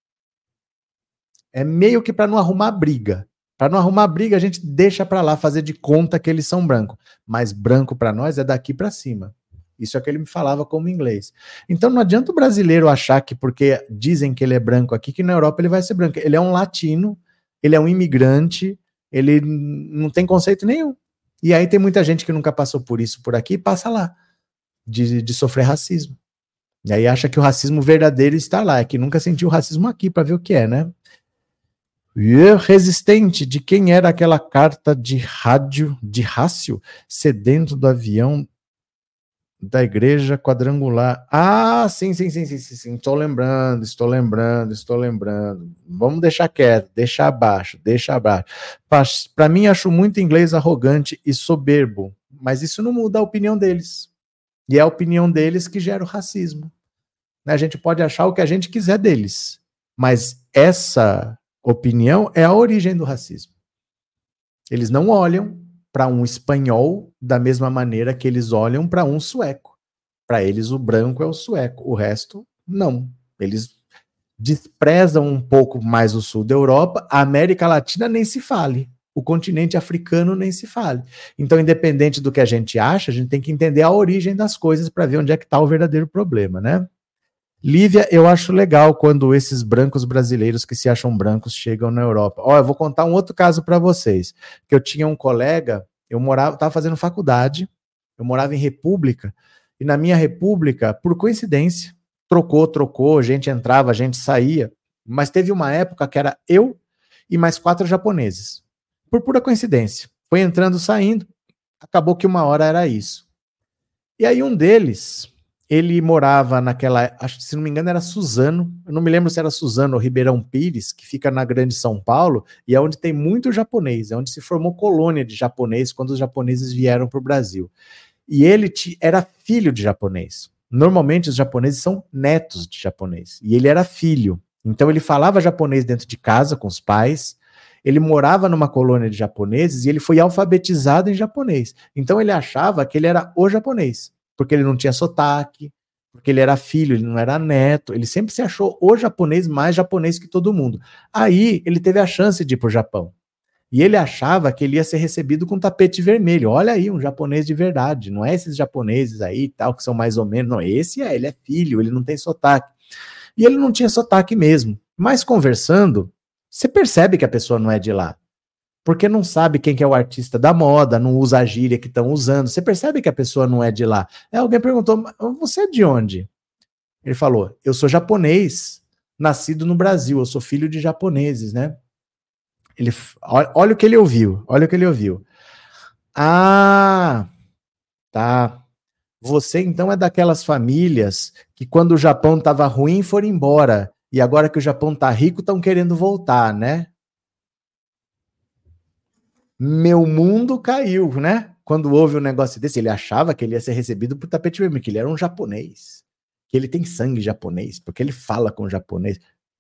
É meio que para não arrumar briga. Para não arrumar briga, a gente deixa para lá fazer de conta que eles são brancos. Mas branco para nós é daqui para cima. Isso é o que ele me falava como inglês. Então não adianta o brasileiro achar que porque dizem que ele é branco aqui, que na Europa ele vai ser branco. Ele é um latino, ele é um imigrante, ele não tem conceito nenhum. E aí tem muita gente que nunca passou por isso por aqui e passa lá, de, de sofrer racismo. E aí acha que o racismo verdadeiro está lá, é que nunca sentiu racismo aqui para ver o que é, né? Resistente, de quem era aquela carta de rádio, de rácio, sedento do avião da igreja quadrangular. Ah, sim, sim, sim, sim, sim, sim, estou lembrando, estou lembrando, estou lembrando. Vamos deixar quieto, deixar abaixo, deixar abaixo. Para mim, acho muito inglês arrogante e soberbo, mas isso não muda a opinião deles. E é a opinião deles que gera o racismo. A gente pode achar o que a gente quiser deles, mas essa opinião é a origem do racismo. Eles não olham para um espanhol da mesma maneira que eles olham para um sueco. Para eles o branco é o sueco, o resto não. Eles desprezam um pouco mais o sul da Europa, a América Latina nem se fale, o continente africano nem se fale. Então, independente do que a gente acha, a gente tem que entender a origem das coisas para ver onde é que está o verdadeiro problema, né? Lívia, eu acho legal quando esses brancos brasileiros que se acham brancos chegam na Europa. Ó, eu vou contar um outro caso para vocês, que eu tinha um colega, eu morava, estava fazendo faculdade, eu morava em República, e na minha República, por coincidência, trocou, trocou, gente entrava, gente saía, mas teve uma época que era eu e mais quatro japoneses, por pura coincidência. Foi entrando, saindo, acabou que uma hora era isso. E aí um deles, ele morava naquela, acho que se não me engano era Suzano, eu não me lembro se era Suzano ou Ribeirão Pires, que fica na Grande São Paulo, e é onde tem muito japonês, é onde se formou colônia de japonês quando os japoneses vieram para o Brasil. E ele t- era filho de japonês. Normalmente os japoneses são netos de japonês, e ele era filho. Então ele falava japonês dentro de casa com os pais, ele morava numa colônia de japoneses e ele foi alfabetizado em japonês. Então ele achava que ele era o japonês, porque ele não tinha sotaque, porque ele era filho, ele não era neto, ele sempre se achou o japonês mais japonês que todo mundo. Aí ele teve a chance de ir para o Japão. E ele achava que ele ia ser recebido com tapete vermelho. Olha aí, um japonês de verdade, não é esses japoneses aí tal, que são mais ou menos, não, esse é, ele é filho, ele não tem sotaque. E ele não tinha sotaque mesmo. Mas conversando, você percebe que a pessoa não é de lá. Porque não sabe quem que é o artista da moda, não usa a gíria que estão usando. Você percebe que a pessoa não é de lá. Aí alguém perguntou, você é de onde? Ele falou, eu sou japonês, nascido no Brasil, eu sou filho de japoneses, né? Ele, olha, olha o que ele ouviu, olha o que ele ouviu. Ah, tá. Você então é daquelas famílias que quando o Japão estava ruim foram embora, e agora que o Japão está rico estão querendo voltar, né? Meu mundo caiu, né? Quando houve um negócio desse, ele achava que ele ia ser recebido por tapete vermelho, que ele era um japonês, que ele tem sangue japonês, porque ele fala com o japonês.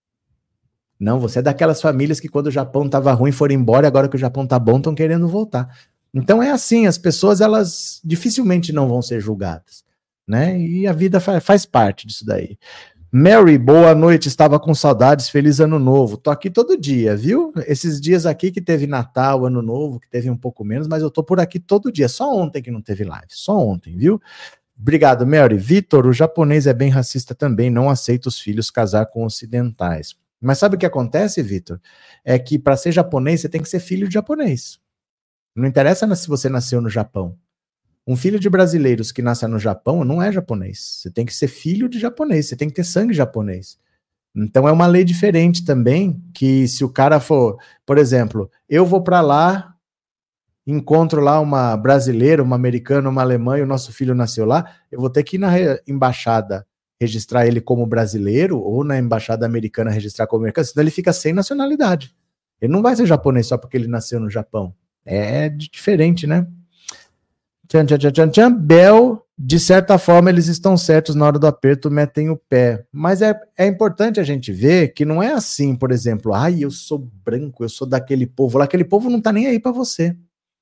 Não, você é daquelas famílias que quando o Japão estava ruim foram embora, e agora que o Japão está bom estão querendo voltar. Então é assim, as pessoas elas dificilmente não vão ser julgadas, né? E a vida faz, faz parte disso daí. Mary, boa noite, estava com saudades, feliz ano novo. Tô aqui todo dia, viu? Esses dias aqui que teve Natal, Ano Novo, que teve um pouco menos, mas eu tô por aqui todo dia. Só ontem que não teve live, só ontem, viu? Obrigado, Mary. Vitor, o japonês é bem racista também, não aceita os filhos casar com ocidentais. Mas sabe o que acontece, Vitor? É que para ser japonês, você tem que ser filho de japonês. Não interessa se você nasceu no Japão. Um filho de brasileiros que nasce no Japão não é japonês. Você tem que ser filho de japonês, você tem que ter sangue japonês. Então é uma lei diferente também, que se o cara for, por exemplo, eu vou para lá, encontro lá uma brasileira, uma americana, uma alemã, e o nosso filho nasceu lá, eu vou ter que ir na embaixada registrar ele como brasileiro, ou na embaixada americana registrar como americano, senão ele fica sem nacionalidade. Ele não vai ser japonês só porque ele nasceu no Japão. É diferente, né? Tchan, tchan, tchan, tchan, tchan. Bel, de certa forma, eles estão certos na hora do aperto, metem o pé. Mas é, é importante a gente ver que não é assim, por exemplo, ai, eu sou branco, eu sou daquele povo lá, aquele povo não tá nem aí pra você.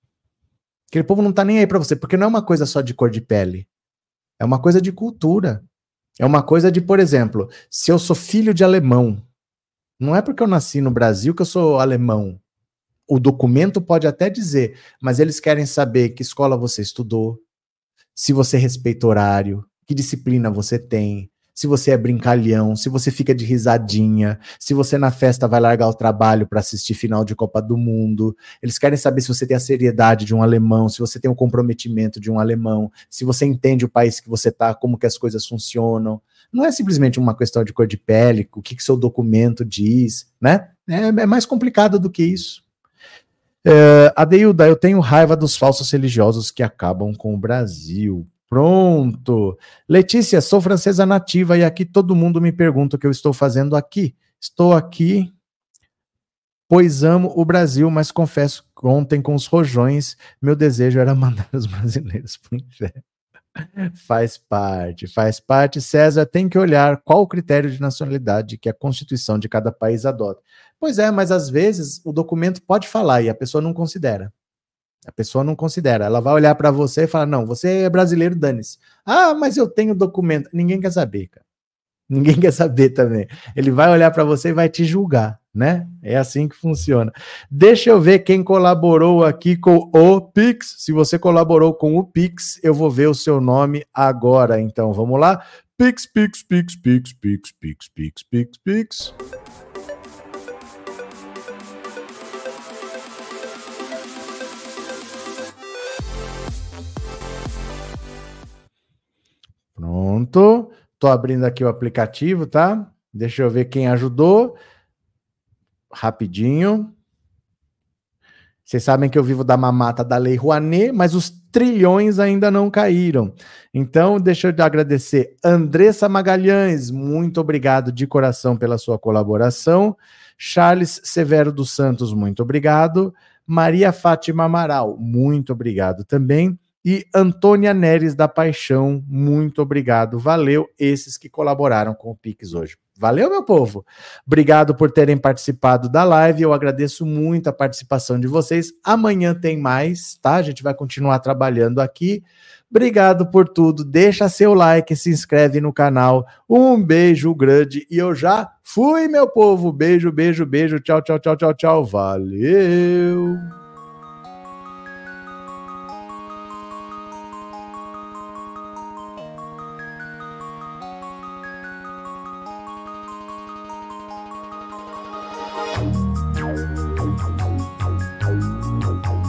Aquele povo não tá nem aí pra você, porque não é uma coisa só de cor de pele. É uma coisa de cultura. É uma coisa de, por exemplo, se eu sou filho de alemão, não é porque eu nasci no Brasil que eu sou alemão. O documento pode até dizer, mas eles querem saber que escola você estudou, se você respeita horário, que disciplina você tem, se você é brincalhão, se você fica de risadinha, se você na festa vai largar o trabalho para assistir final de Copa do Mundo. Eles querem saber se você tem a seriedade de um alemão, se você tem o comprometimento de um alemão, se você entende o país que você está, como que as coisas funcionam. Não é simplesmente uma questão de cor de pele, o que que seu documento diz, né? É, é mais complicado do que isso. Uh, Adeilda, eu tenho raiva dos falsos religiosos que acabam com o Brasil. Pronto. Letícia, sou francesa nativa e aqui todo mundo me pergunta o que eu estou fazendo aqui. Estou aqui pois amo o Brasil, mas confesso que ontem com os rojões, meu desejo era mandar os brasileiros para o inferno. Faz parte, faz parte. César, tem que olhar qual o critério de nacionalidade que a Constituição de cada país adota. Pois é, mas às vezes o documento pode falar e a pessoa não considera. A pessoa não considera. Ela vai olhar para você e falar, não, você é brasileiro, dane-se. Ah, mas eu tenho documento. Ninguém quer saber, cara. Ninguém quer saber também. Ele vai olhar para você e vai te julgar, né? É assim que funciona. Deixa eu ver quem colaborou aqui com o Pix. Se você colaborou com o Pix, eu vou ver o seu nome agora. Então, vamos lá. Pix, Pix, Pix, Pix, Pix, Pix, Pix, Pix, Pix. Pronto. Tô abrindo aqui o aplicativo, tá? Deixa eu ver quem ajudou. Rapidinho. Vocês sabem que eu vivo da mamata da Lei Rouanet, mas os trilhões ainda não caíram. Então, deixa eu agradecer. Andressa Magalhães, muito obrigado de coração pela sua colaboração. Charles Severo dos Santos, muito obrigado. Maria Fátima Amaral, muito obrigado também. E Antônia Neres da Paixão, muito obrigado. Valeu esses que colaboraram com o Pix hoje. Valeu, meu povo. Obrigado por terem participado da live. Eu agradeço muito a participação de vocês. Amanhã tem mais, tá? A gente vai continuar trabalhando aqui. Obrigado por tudo. Deixa seu like, se inscreve no canal. Um beijo grande e eu já fui, meu povo. Beijo, beijo, beijo. Tchau, tchau, tchau, tchau, tchau. Valeu.